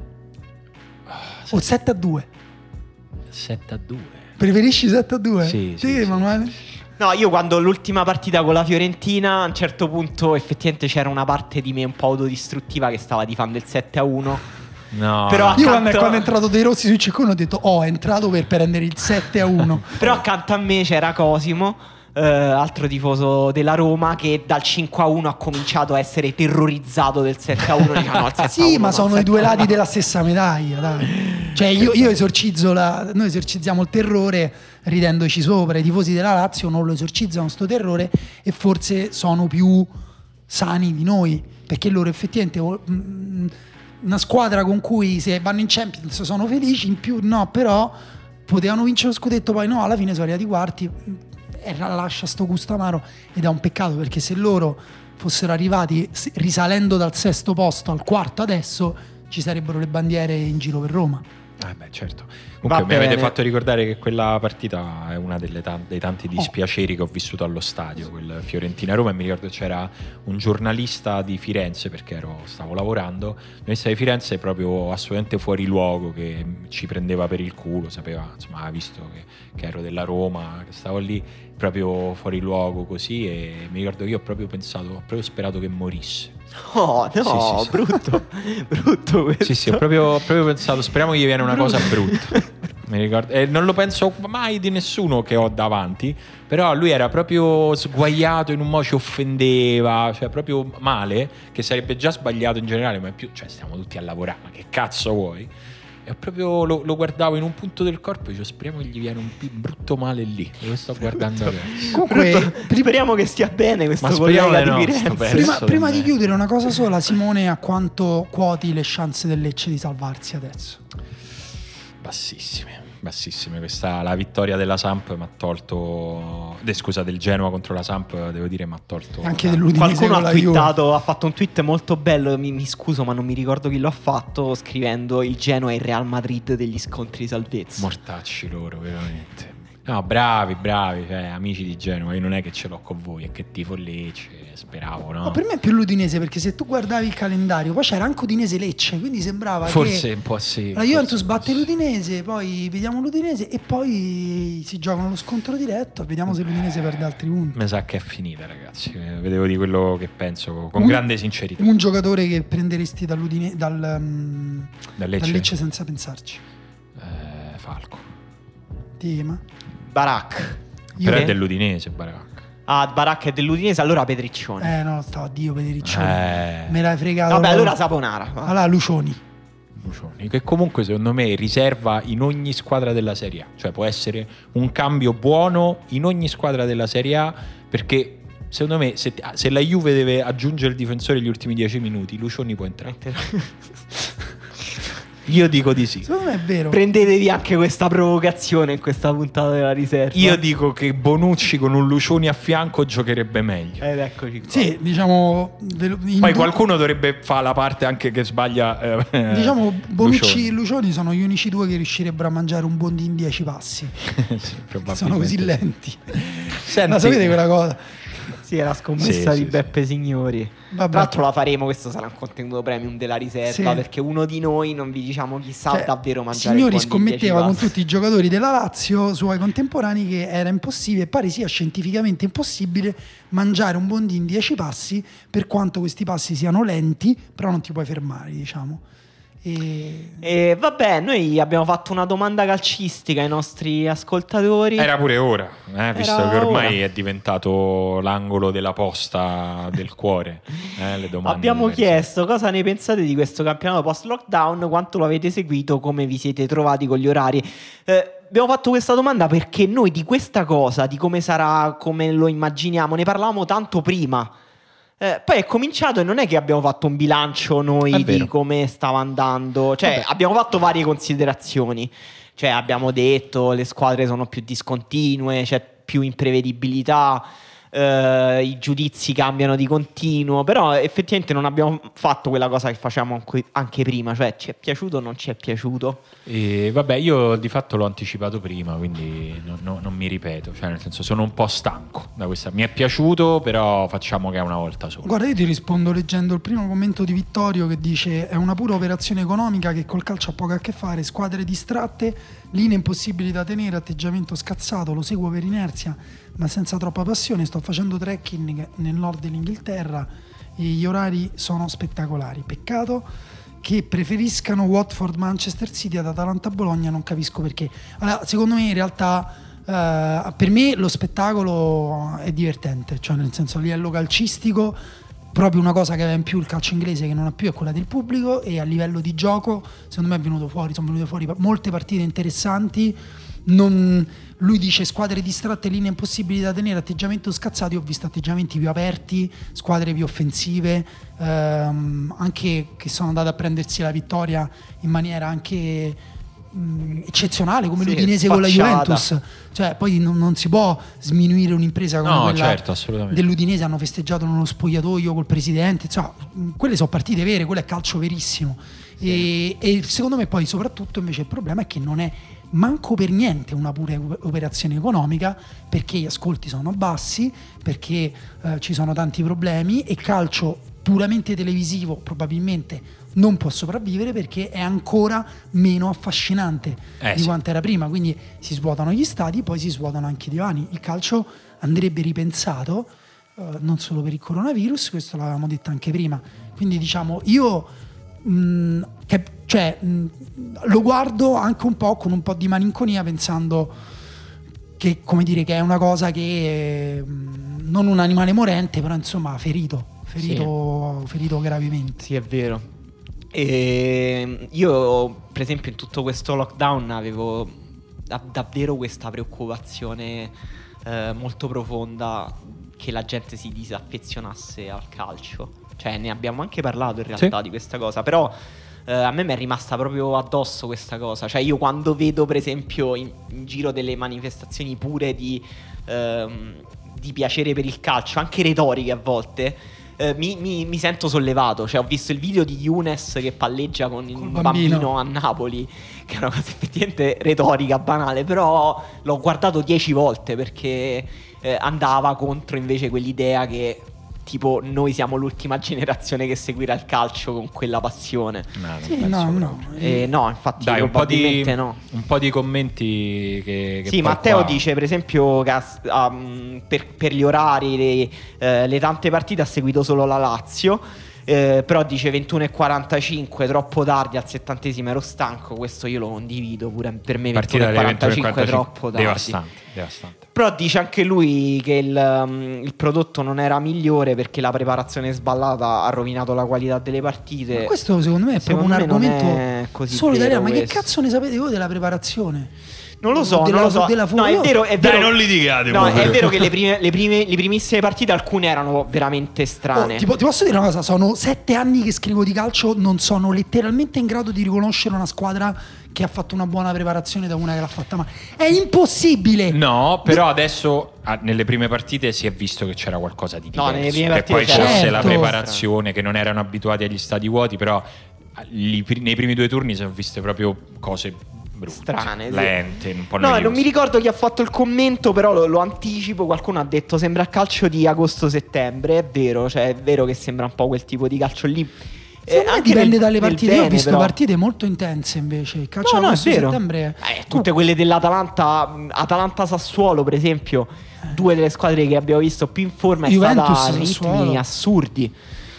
O sette a due? sette a due. Preferisci sette a due? Sì, Sì, sì, sì, Emanuele? No, io quando l'ultima partita con la Fiorentina, a un certo punto effettivamente c'era una parte di me un po' autodistruttiva che stava tifando il sette a uno. No. Però Io accanto- quando, quando è entrato De Rossi su Ciccone ho detto oh, è entrato per prendere il sette a uno. Però accanto a me c'era Cosimo, eh, altro tifoso della Roma, che dal cinque a uno ha cominciato a essere terrorizzato del sette a uno. Diciamo, no, il sette a Sì, uno, ma no, sono il i sette a due uno. lati della stessa medaglia, dai. Cioè io, io esorcizzo la, noi esorcizziamo il terrore ridendoci sopra. I tifosi della Lazio non lo esorcizzano sto terrore e forse sono più sani di noi, perché loro effettivamente mh, una squadra con cui se vanno in Champions sono felici, in più no, però potevano vincere lo scudetto, poi no, alla fine sono arrivati quarti e lascia sto gusto amaro, ed è un peccato, perché se loro fossero arrivati risalendo dal sesto posto al quarto adesso ci sarebbero le bandiere in giro per Roma. Eh beh, certo. Comunque mi avete fatto ricordare che quella partita è una delle tan- dei tanti dispiaceri che ho vissuto allo stadio, quel Fiorentina-Roma, e mi ricordo c'era un giornalista di Firenze, perché ero, stavo lavorando, un giornalista di Firenze proprio assolutamente fuori luogo, che ci prendeva per il culo, sapeva, insomma, aveva visto che, che ero della Roma, che stavo lì, proprio fuori luogo così, e mi ricordo che io ho proprio pensato, ho proprio sperato che morisse. Oh, no, Sì, sì, sì. brutto, brutto questo. Sì, sì, ho proprio, ho proprio pensato, speriamo gli viene una cosa brutta. Mi ricordo, e non lo penso mai di nessuno che ho davanti, però lui era proprio sguaiato in un modo, ci offendeva, cioè proprio male, che sarebbe già sbagliato in generale, ma è più, cioè stiamo tutti a lavorare, ma che cazzo vuoi? E proprio lo, lo guardavo in un punto del corpo e dicevo, speriamo che gli viene un pi- brutto male lì. Lo sto guardando adesso. Comunque, Brutto. Speriamo che stia bene questo Ma speriamo collega di no, di Firenze. sto bene. prima, Adesso prima non di è. chiudere una cosa sola, Simone, a quanto quoti le chance del Lecce di salvarsi adesso? Bassissime, bassissime. Questa, la vittoria della Samp mi ha tolto, de, scusa, del Genoa contro la Samp, devo dire, mi ha tolto. Anche dell'Udinese Qualcuno con ha la Juve. twittato, ha fatto un tweet molto bello, mi, mi scuso ma non mi ricordo chi lo ha fatto, scrivendo: il Genoa è il Real Madrid degli scontri di salvezza. Mortacci loro, veramente. No, bravi, bravi, cioè, amici di Genova. Io non è che ce l'ho con voi, è che tifo Lecce, speravo, no? Ma per me è più l'Udinese, perché se tu guardavi il calendario, poi c'era anche Udinese-Lecce, quindi sembrava Forse che un po' sì. la Juventus forse batte sì. l'Udinese, poi vediamo l'Udinese e poi si giocano lo scontro diretto, vediamo se l'Udinese perde altri punti. Mi sa che è finita, ragazzi. Eh, Vedevo di quello che penso con Un- grande sincerità. Un giocatore che prenderesti dall'Udine, dal, um, Dal dal Lecce? Lecce senza pensarci. Eh, Falco. Tema. Barak. Però Che? è dell'Udinese, Baracca. Ah, Barak è dell'Udinese, allora Petriccione. Eh no, stavo a Dio per i riccioni. Eh. Me l'hai fregato. Vabbè, allora Saponara. Allora Lucioni. Lucioni, che comunque secondo me riserva in ogni squadra della Serie A, cioè può essere un cambio buono in ogni squadra della Serie A, perché secondo me se, se la Juve deve aggiungere il difensore negli ultimi dieci minuti, Lucioni può entrare. Io dico di sì. Secondo me è vero. Prendetevi anche questa provocazione in questa puntata della riserva. Io dico che Bonucci con un Lucioni a fianco giocherebbe meglio. Ed eccoci qua. Sì, diciamo velo- in Poi du- qualcuno dovrebbe fare la parte anche che sbaglia. eh, Diciamo Bonucci Lucioni. e Lucioni sono gli unici due che riuscirebbero a mangiare un bondi in dieci passi. Sì, probabilmente Sono così sì. lenti. Senti, Ma sapete quella cosa? Sì, è la scommessa Sì, di sì, Beppe Signori. Vabbè. Tra l'altro la faremo, questo sarà un contenuto premium della riserva, Sì. perché uno di noi non vi diciamo chi sa Cioè, davvero mangiare Signori il buon di dieci scommetteva con passi. tutti i giocatori della Lazio suoi contemporanei che era impossibile, pare sia scientificamente impossibile mangiare un buon di in dieci passi, per quanto questi passi siano lenti, però non ti puoi fermare, diciamo. E... E vabbè, noi abbiamo fatto una domanda calcistica ai nostri ascoltatori. Era pure ora, eh, visto Era che ormai ora. è diventato l'angolo della posta del cuore. Eh, le domande Abbiamo diverse. chiesto cosa ne pensate di questo campionato post lockdown, quanto lo avete seguito, come vi siete trovati con gli orari. Eh, abbiamo fatto questa domanda perché noi di questa cosa, di come sarà, come lo immaginiamo, ne parlavamo tanto prima. Eh, poi è cominciato e non è che abbiamo fatto un bilancio noi È di vero. come stava andando, cioè Vabbè. abbiamo fatto varie considerazioni, cioè abbiamo detto le squadre sono più discontinue, c'è più imprevedibilità, eh, i giudizi cambiano di continuo, però effettivamente non abbiamo fatto quella cosa che facciamo anche- anche prima, cioè ci è piaciuto o non ci è piaciuto. E vabbè, io di fatto l'ho anticipato prima, quindi no- no- non mi ripeto, cioè nel senso sono un po' stanco da questa. Mi è piaciuto, però facciamo che è una volta sola. Guarda, io ti rispondo leggendo il primo commento di Vittorio che dice: è una pura operazione economica che col calcio ha poco a che fare, squadre distratte, linee impossibili da tenere, atteggiamento scazzato, lo seguo per inerzia ma senza troppa passione, sto facendo trekking nel nord dell'Inghilterra e gli orari sono spettacolari, peccato che preferiscano Watford Manchester City ad Atalanta Bologna, non capisco perché. Allora, secondo me in realtà eh, per me lo spettacolo è divertente, cioè nel senso a livello calcistico proprio una cosa che aveva in più il calcio inglese che non ha più è quella del pubblico, e a livello di gioco secondo me è venuto fuori, sono venute fuori molte partite interessanti. Non, lui dice squadre distratte, linee impossibili da tenere, atteggiamento scazzato. Io ho visto atteggiamenti più aperti, squadre più offensive, ehm, anche che sono andate a prendersi la vittoria in maniera anche mh, eccezionale, come Sì, l'Udinese con la sfacciata. Juventus. Cioè poi non, non si può sminuire un'impresa come No, quella certo, assolutamente. dell'Udinese. Hanno festeggiato nello spogliatoio col presidente, insomma, mh, quelle sono partite vere, quello è calcio verissimo. E, e secondo me poi soprattutto invece il problema è che non è manco per niente una pura operazione economica, perché gli ascolti sono bassi, perché eh, ci sono tanti problemi, e calcio puramente televisivo probabilmente non può sopravvivere perché è ancora meno affascinante Eh, di sì. quanto era prima, quindi si svuotano gli stadi, poi si svuotano anche i divani. Il calcio andrebbe ripensato, eh, non solo per il coronavirus, questo l'avevamo detto anche prima, quindi diciamo io mh, che, cioè, mh, lo guardo anche un po' con un po' di malinconia, pensando che, come dire, che è una cosa che mh, non un animale morente, però insomma ferito ferito, ferito gravemente. Sì, è vero. E io, per esempio, in tutto questo lockdown avevo da- davvero questa preoccupazione eh, molto profonda che la gente si disaffezionasse al calcio. Cioè, ne abbiamo anche parlato in realtà Sì. di questa cosa, però eh, a me mi è rimasta proprio addosso questa cosa. Cioè, io quando vedo, per esempio, in, in giro delle manifestazioni pure di, ehm, di piacere per il calcio, anche retoriche a volte, eh, mi, mi- mi sento sollevato. Cioè, ho visto il video di Younes che palleggia con il Col bambino. bambino. a Napoli, che è una cosa effettivamente retorica, banale, però l'ho guardato dieci volte perché eh, andava contro invece quell'idea che tipo noi siamo l'ultima generazione che seguirà il calcio con quella passione. No, non Sì, penso no, proprio. no. E no, infatti Dai, un po' di, probabilmente no. un po' di commenti che, che Sì, poi Matteo qua- dice per esempio che ha- um, per, per gli orari, le, eh, le tante partite ha seguito solo la Lazio, eh, però dice ventuno e quarantacinque troppo tardi, al settantesimo ero stanco. Questo io lo condivido, pure per me ventuno partita e delle ventuno e quarantacinque quarantacinque, troppo tardi. devastante, devastante. Però dice anche lui che il, um, il prodotto non era migliore perché la preparazione sballata ha rovinato la qualità delle partite. Ma questo secondo me è Secondo proprio un me non è argomento così solo vero italiano. Ma che questo. cazzo ne sapete voi della preparazione? Non lo so, O della- non lo so. della No, è io- vero, è Dai, vero. non litigate, No, pure. è vero che le prime, le prime, le primissime partite alcune erano veramente strane. Oh, ti, po- ti posso dire una cosa? Sono sette anni che scrivo di calcio, non sono letteralmente in grado di riconoscere una squadra che ha fatto una buona preparazione da una che l'ha fatta male. È impossibile. No, però adesso ah, nelle prime partite si è visto che c'era qualcosa di No, diverso. nelle prime che partite poi c'era. fosse la Certo. preparazione, che non erano abituati agli stadi vuoti, però ah, li- nei primi due turni si sono viste proprio cose brutte, strane, sì. lente, un po' No, noiose. non mi ricordo chi ha fatto il commento, però lo, lo anticipo. Qualcuno ha detto sembra il calcio di agosto-settembre. È vero, cioè è vero che sembra un po' quel tipo di calcio lì. Secondo me anche dipende nel- dalle nel partite. Io ho bene, visto però. partite molto intense invece. Il calcio No, no, è agosto vero. settembre. Eh, tutte quelle dell'Atalanta, mh, Atalanta-Sassuolo, per esempio, due delle squadre che abbiamo visto più in forma, è Juventus, stata a ritmi Sassuolo. assurdi.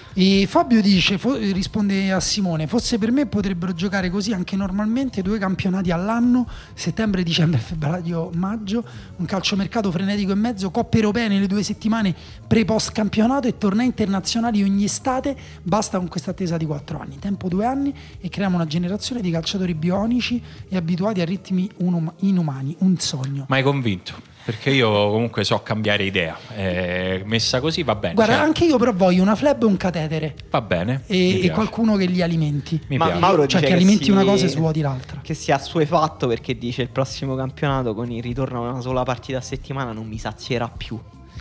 E Fabio dice, fo- risponde a Simone, forse per me potrebbero giocare così anche normalmente due campionati all'anno, settembre, dicembre, febbraio, maggio, un calciomercato frenetico e mezzo, coppe europee nelle due settimane pre-post campionato e tornei internazionali ogni estate, basta con questa attesa di quattro anni, tempo due anni e creiamo una generazione di calciatori bionici e abituati a ritmi unum- inumani, un sogno. Ma hai convinto? Perché io comunque so cambiare idea. Eh, messa così va bene. Guarda, cioè, anche io però voglio una fleb e un catetere va bene. mi e, e piace. qualcuno che li alimenti. Mi Ma piace. Mauro Cioè dice che alimenti si- una cosa e svuoti l'altra. Che sia assuefatto perché dice il prossimo campionato con il ritorno a una sola partita a settimana non mi sazierà più.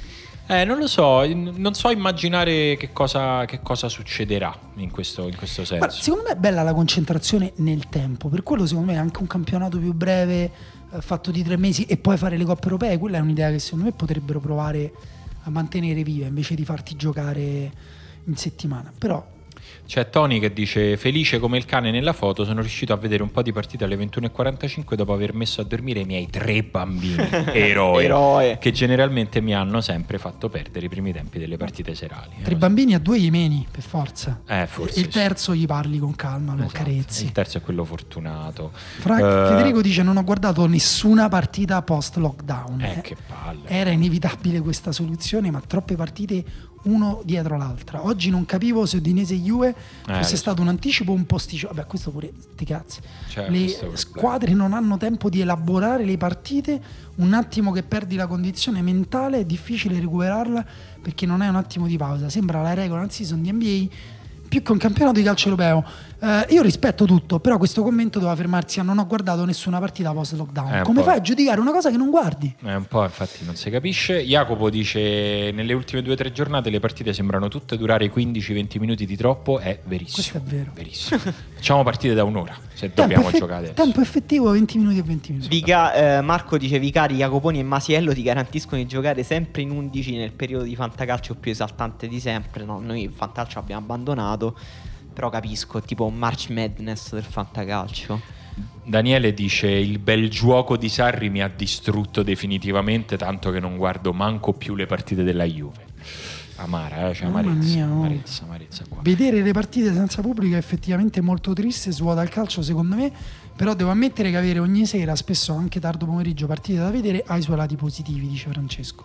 Eh, non lo so, in- non so immaginare che cosa, che cosa succederà in questo, in questo senso. Guarda, secondo me è bella la concentrazione nel tempo, per quello secondo me anche un campionato più breve, eh, fatto di tre mesi e poi fare le coppe europee, quella è un'idea che secondo me potrebbero provare a mantenere viva invece di farti giocare in settimana. Però C'è Tony che dice: felice come il cane nella foto, sono riuscito a vedere un po' di partite alle ventuno e quarantacinque dopo aver messo a dormire i miei tre bambini eroi, Eroe. che generalmente mi hanno sempre fatto perdere i primi tempi delle partite serali. tre bambini a due gli meni, per forza. Eh, forse E il sì. terzo gli parli con calma, lo Esatto. accarezzi. Il terzo è quello fortunato. Fra- Eh, Federico dice non ho guardato nessuna partita post lockdown. Eh, che palle. Era inevitabile questa soluzione, ma troppe partite uno dietro l'altra. Oggi non capivo se Udinese Juve Eh, fosse lo so. stato un anticipo o un posticipo. Vabbè, questo pure sti cazzi. C'è Le questo problema. squadre non hanno tempo di elaborare le partite. Un attimo che perdi la condizione mentale è difficile recuperarla perché non hai un attimo di pausa. Sembra la regola al season di N B A più che un campionato di calcio europeo. Eh, io rispetto tutto, però questo commento doveva fermarsi a non ho guardato nessuna partita post lockdown. Eh, un Come po'. fai a giudicare una cosa che non guardi? Eh, un po' infatti non si capisce. Jacopo dice: nelle ultime due o tre giornate le partite sembrano tutte durare quindici venti minuti di troppo. È verissimo. Questo è vero. Verissimo. Facciamo partite da un'ora se Tempo, dobbiamo effe- giocare adesso. tempo effettivo venti minuti e venti minuti. Vica- eh, Marco dice Vicari, Jacoponi e Masiello ti garantiscono di giocare sempre in undici nel periodo di fantacalcio più esaltante di sempre. No, noi il fantacalcio abbiamo abbandonato, però capisco, è tipo un March Madness del fantacalcio. Daniele dice: il bel gioco di Sarri mi ha distrutto definitivamente, tanto che non guardo manco più le partite della Juve. Amara, eh? Cioè Mamma amarezza, mia, oh. amarezza, amarezza qua. Vedere le partite senza pubblico è effettivamente molto triste, svuota il calcio secondo me, però devo ammettere che avere ogni sera, spesso anche tardo pomeriggio, partite da vedere ha i suoi lati positivi, dice Francesco.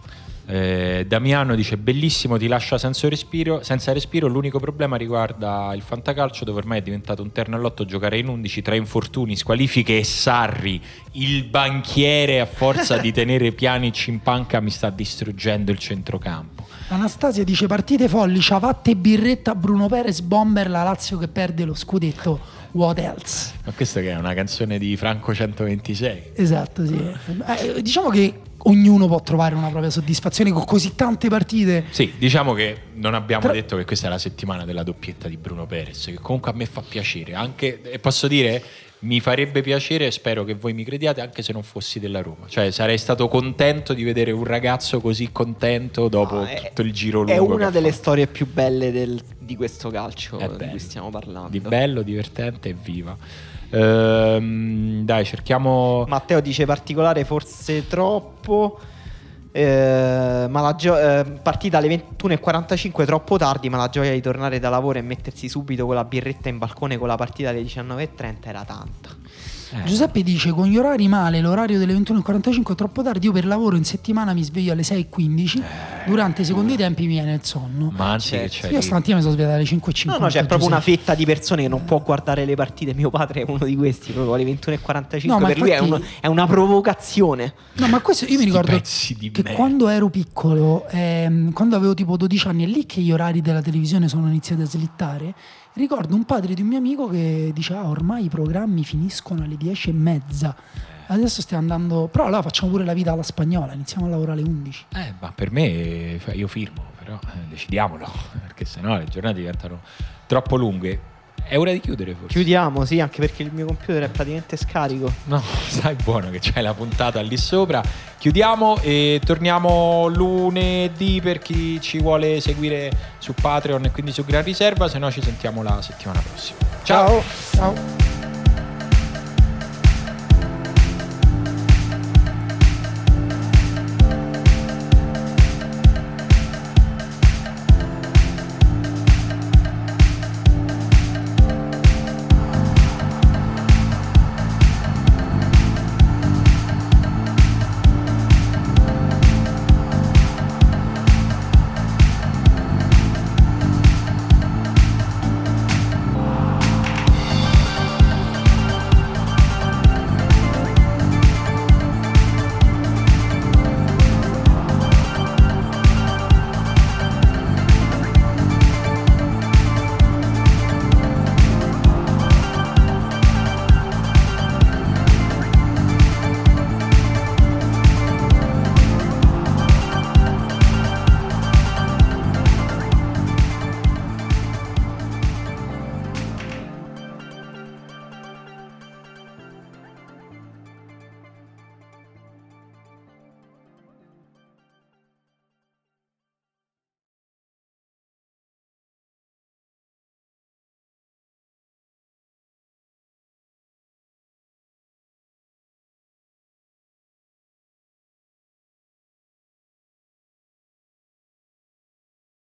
Eh, Damiano dice: bellissimo, ti lascia senza respiro, senza respiro. L'unico problema riguarda il fantacalcio, dove ormai è diventato un terno all'otto giocare in undici tra infortuni, squalifiche e Sarri, il banchiere, a forza di tenere Pjanic in panca, mi sta distruggendo il centrocampo. Anastasia dice partite folli, ciabatte e birretta, Bruno Perez, bomber, la Lazio che perde lo scudetto, what else? Ma questa che è una canzone di Franco centoventisei. Esatto, sì. Eh, diciamo che ognuno può trovare una propria soddisfazione con così tante partite. Sì, diciamo che non abbiamo Tra- detto che questa è la settimana della doppietta di Bruno Perez, che comunque a me fa piacere, anche, e posso dire, mi farebbe piacere, spero che voi mi crediate, anche se non fossi della Roma. Cioè sarei stato contento di vedere un ragazzo così contento dopo No, è- tutto il giro lungo. È una che delle fa. storie più belle del- di questo calcio È di bello. cui stiamo parlando. Di bello, divertente e viva. Ehm, dai, cerchiamo... Matteo dice particolare forse troppo. eh, ma la gio- eh, partita alle ventuno e quarantacinque troppo tardi, ma la gioia di tornare da lavoro e mettersi subito con la birretta in balcone con la partita alle diciannove e trenta era tanta. eh, Giuseppe dice con gli orari male, l'orario delle ventuno e quarantacinque è troppo tardi, io per lavoro in settimana mi sveglio alle sei e quindici, durante i secondi tempi mi viene il sonno. Ma anzi che Certo. c'è Io lì. stamattina mi sono svegliato alle cinque e No, cinquanta. no, c'è proprio una Giuseppe. fetta di persone che non può guardare le partite. Mio padre è uno di questi, proprio alle ventuno e quarantacinque. No, ma per lui è, infatti- uno- è una provocazione. No, ma questo io mi Sti ricordo pezzi di che merda. quando ero piccolo, ehm, quando avevo tipo dodici anni, è lì che gli orari della televisione sono iniziati a slittare. Ricordo un padre di un mio amico che diceva ah, ormai i programmi finiscono alle dieci e mezza. Adesso stiamo andando, però allora facciamo pure la vita alla spagnola, iniziamo a lavorare alle undici. Eh, ma per me, cioè, io firmo, però eh, decidiamolo, perché sennò le giornate diventano troppo lunghe. È ora di chiudere forse. Chiudiamo, sì, anche perché il mio computer è praticamente scarico. No, sai buono che c'hai la puntata lì sopra. Chiudiamo e torniamo lunedì per chi ci vuole seguire su Patreon e quindi su Gran Riserva, se no ci sentiamo la settimana prossima. Ciao. Ciao.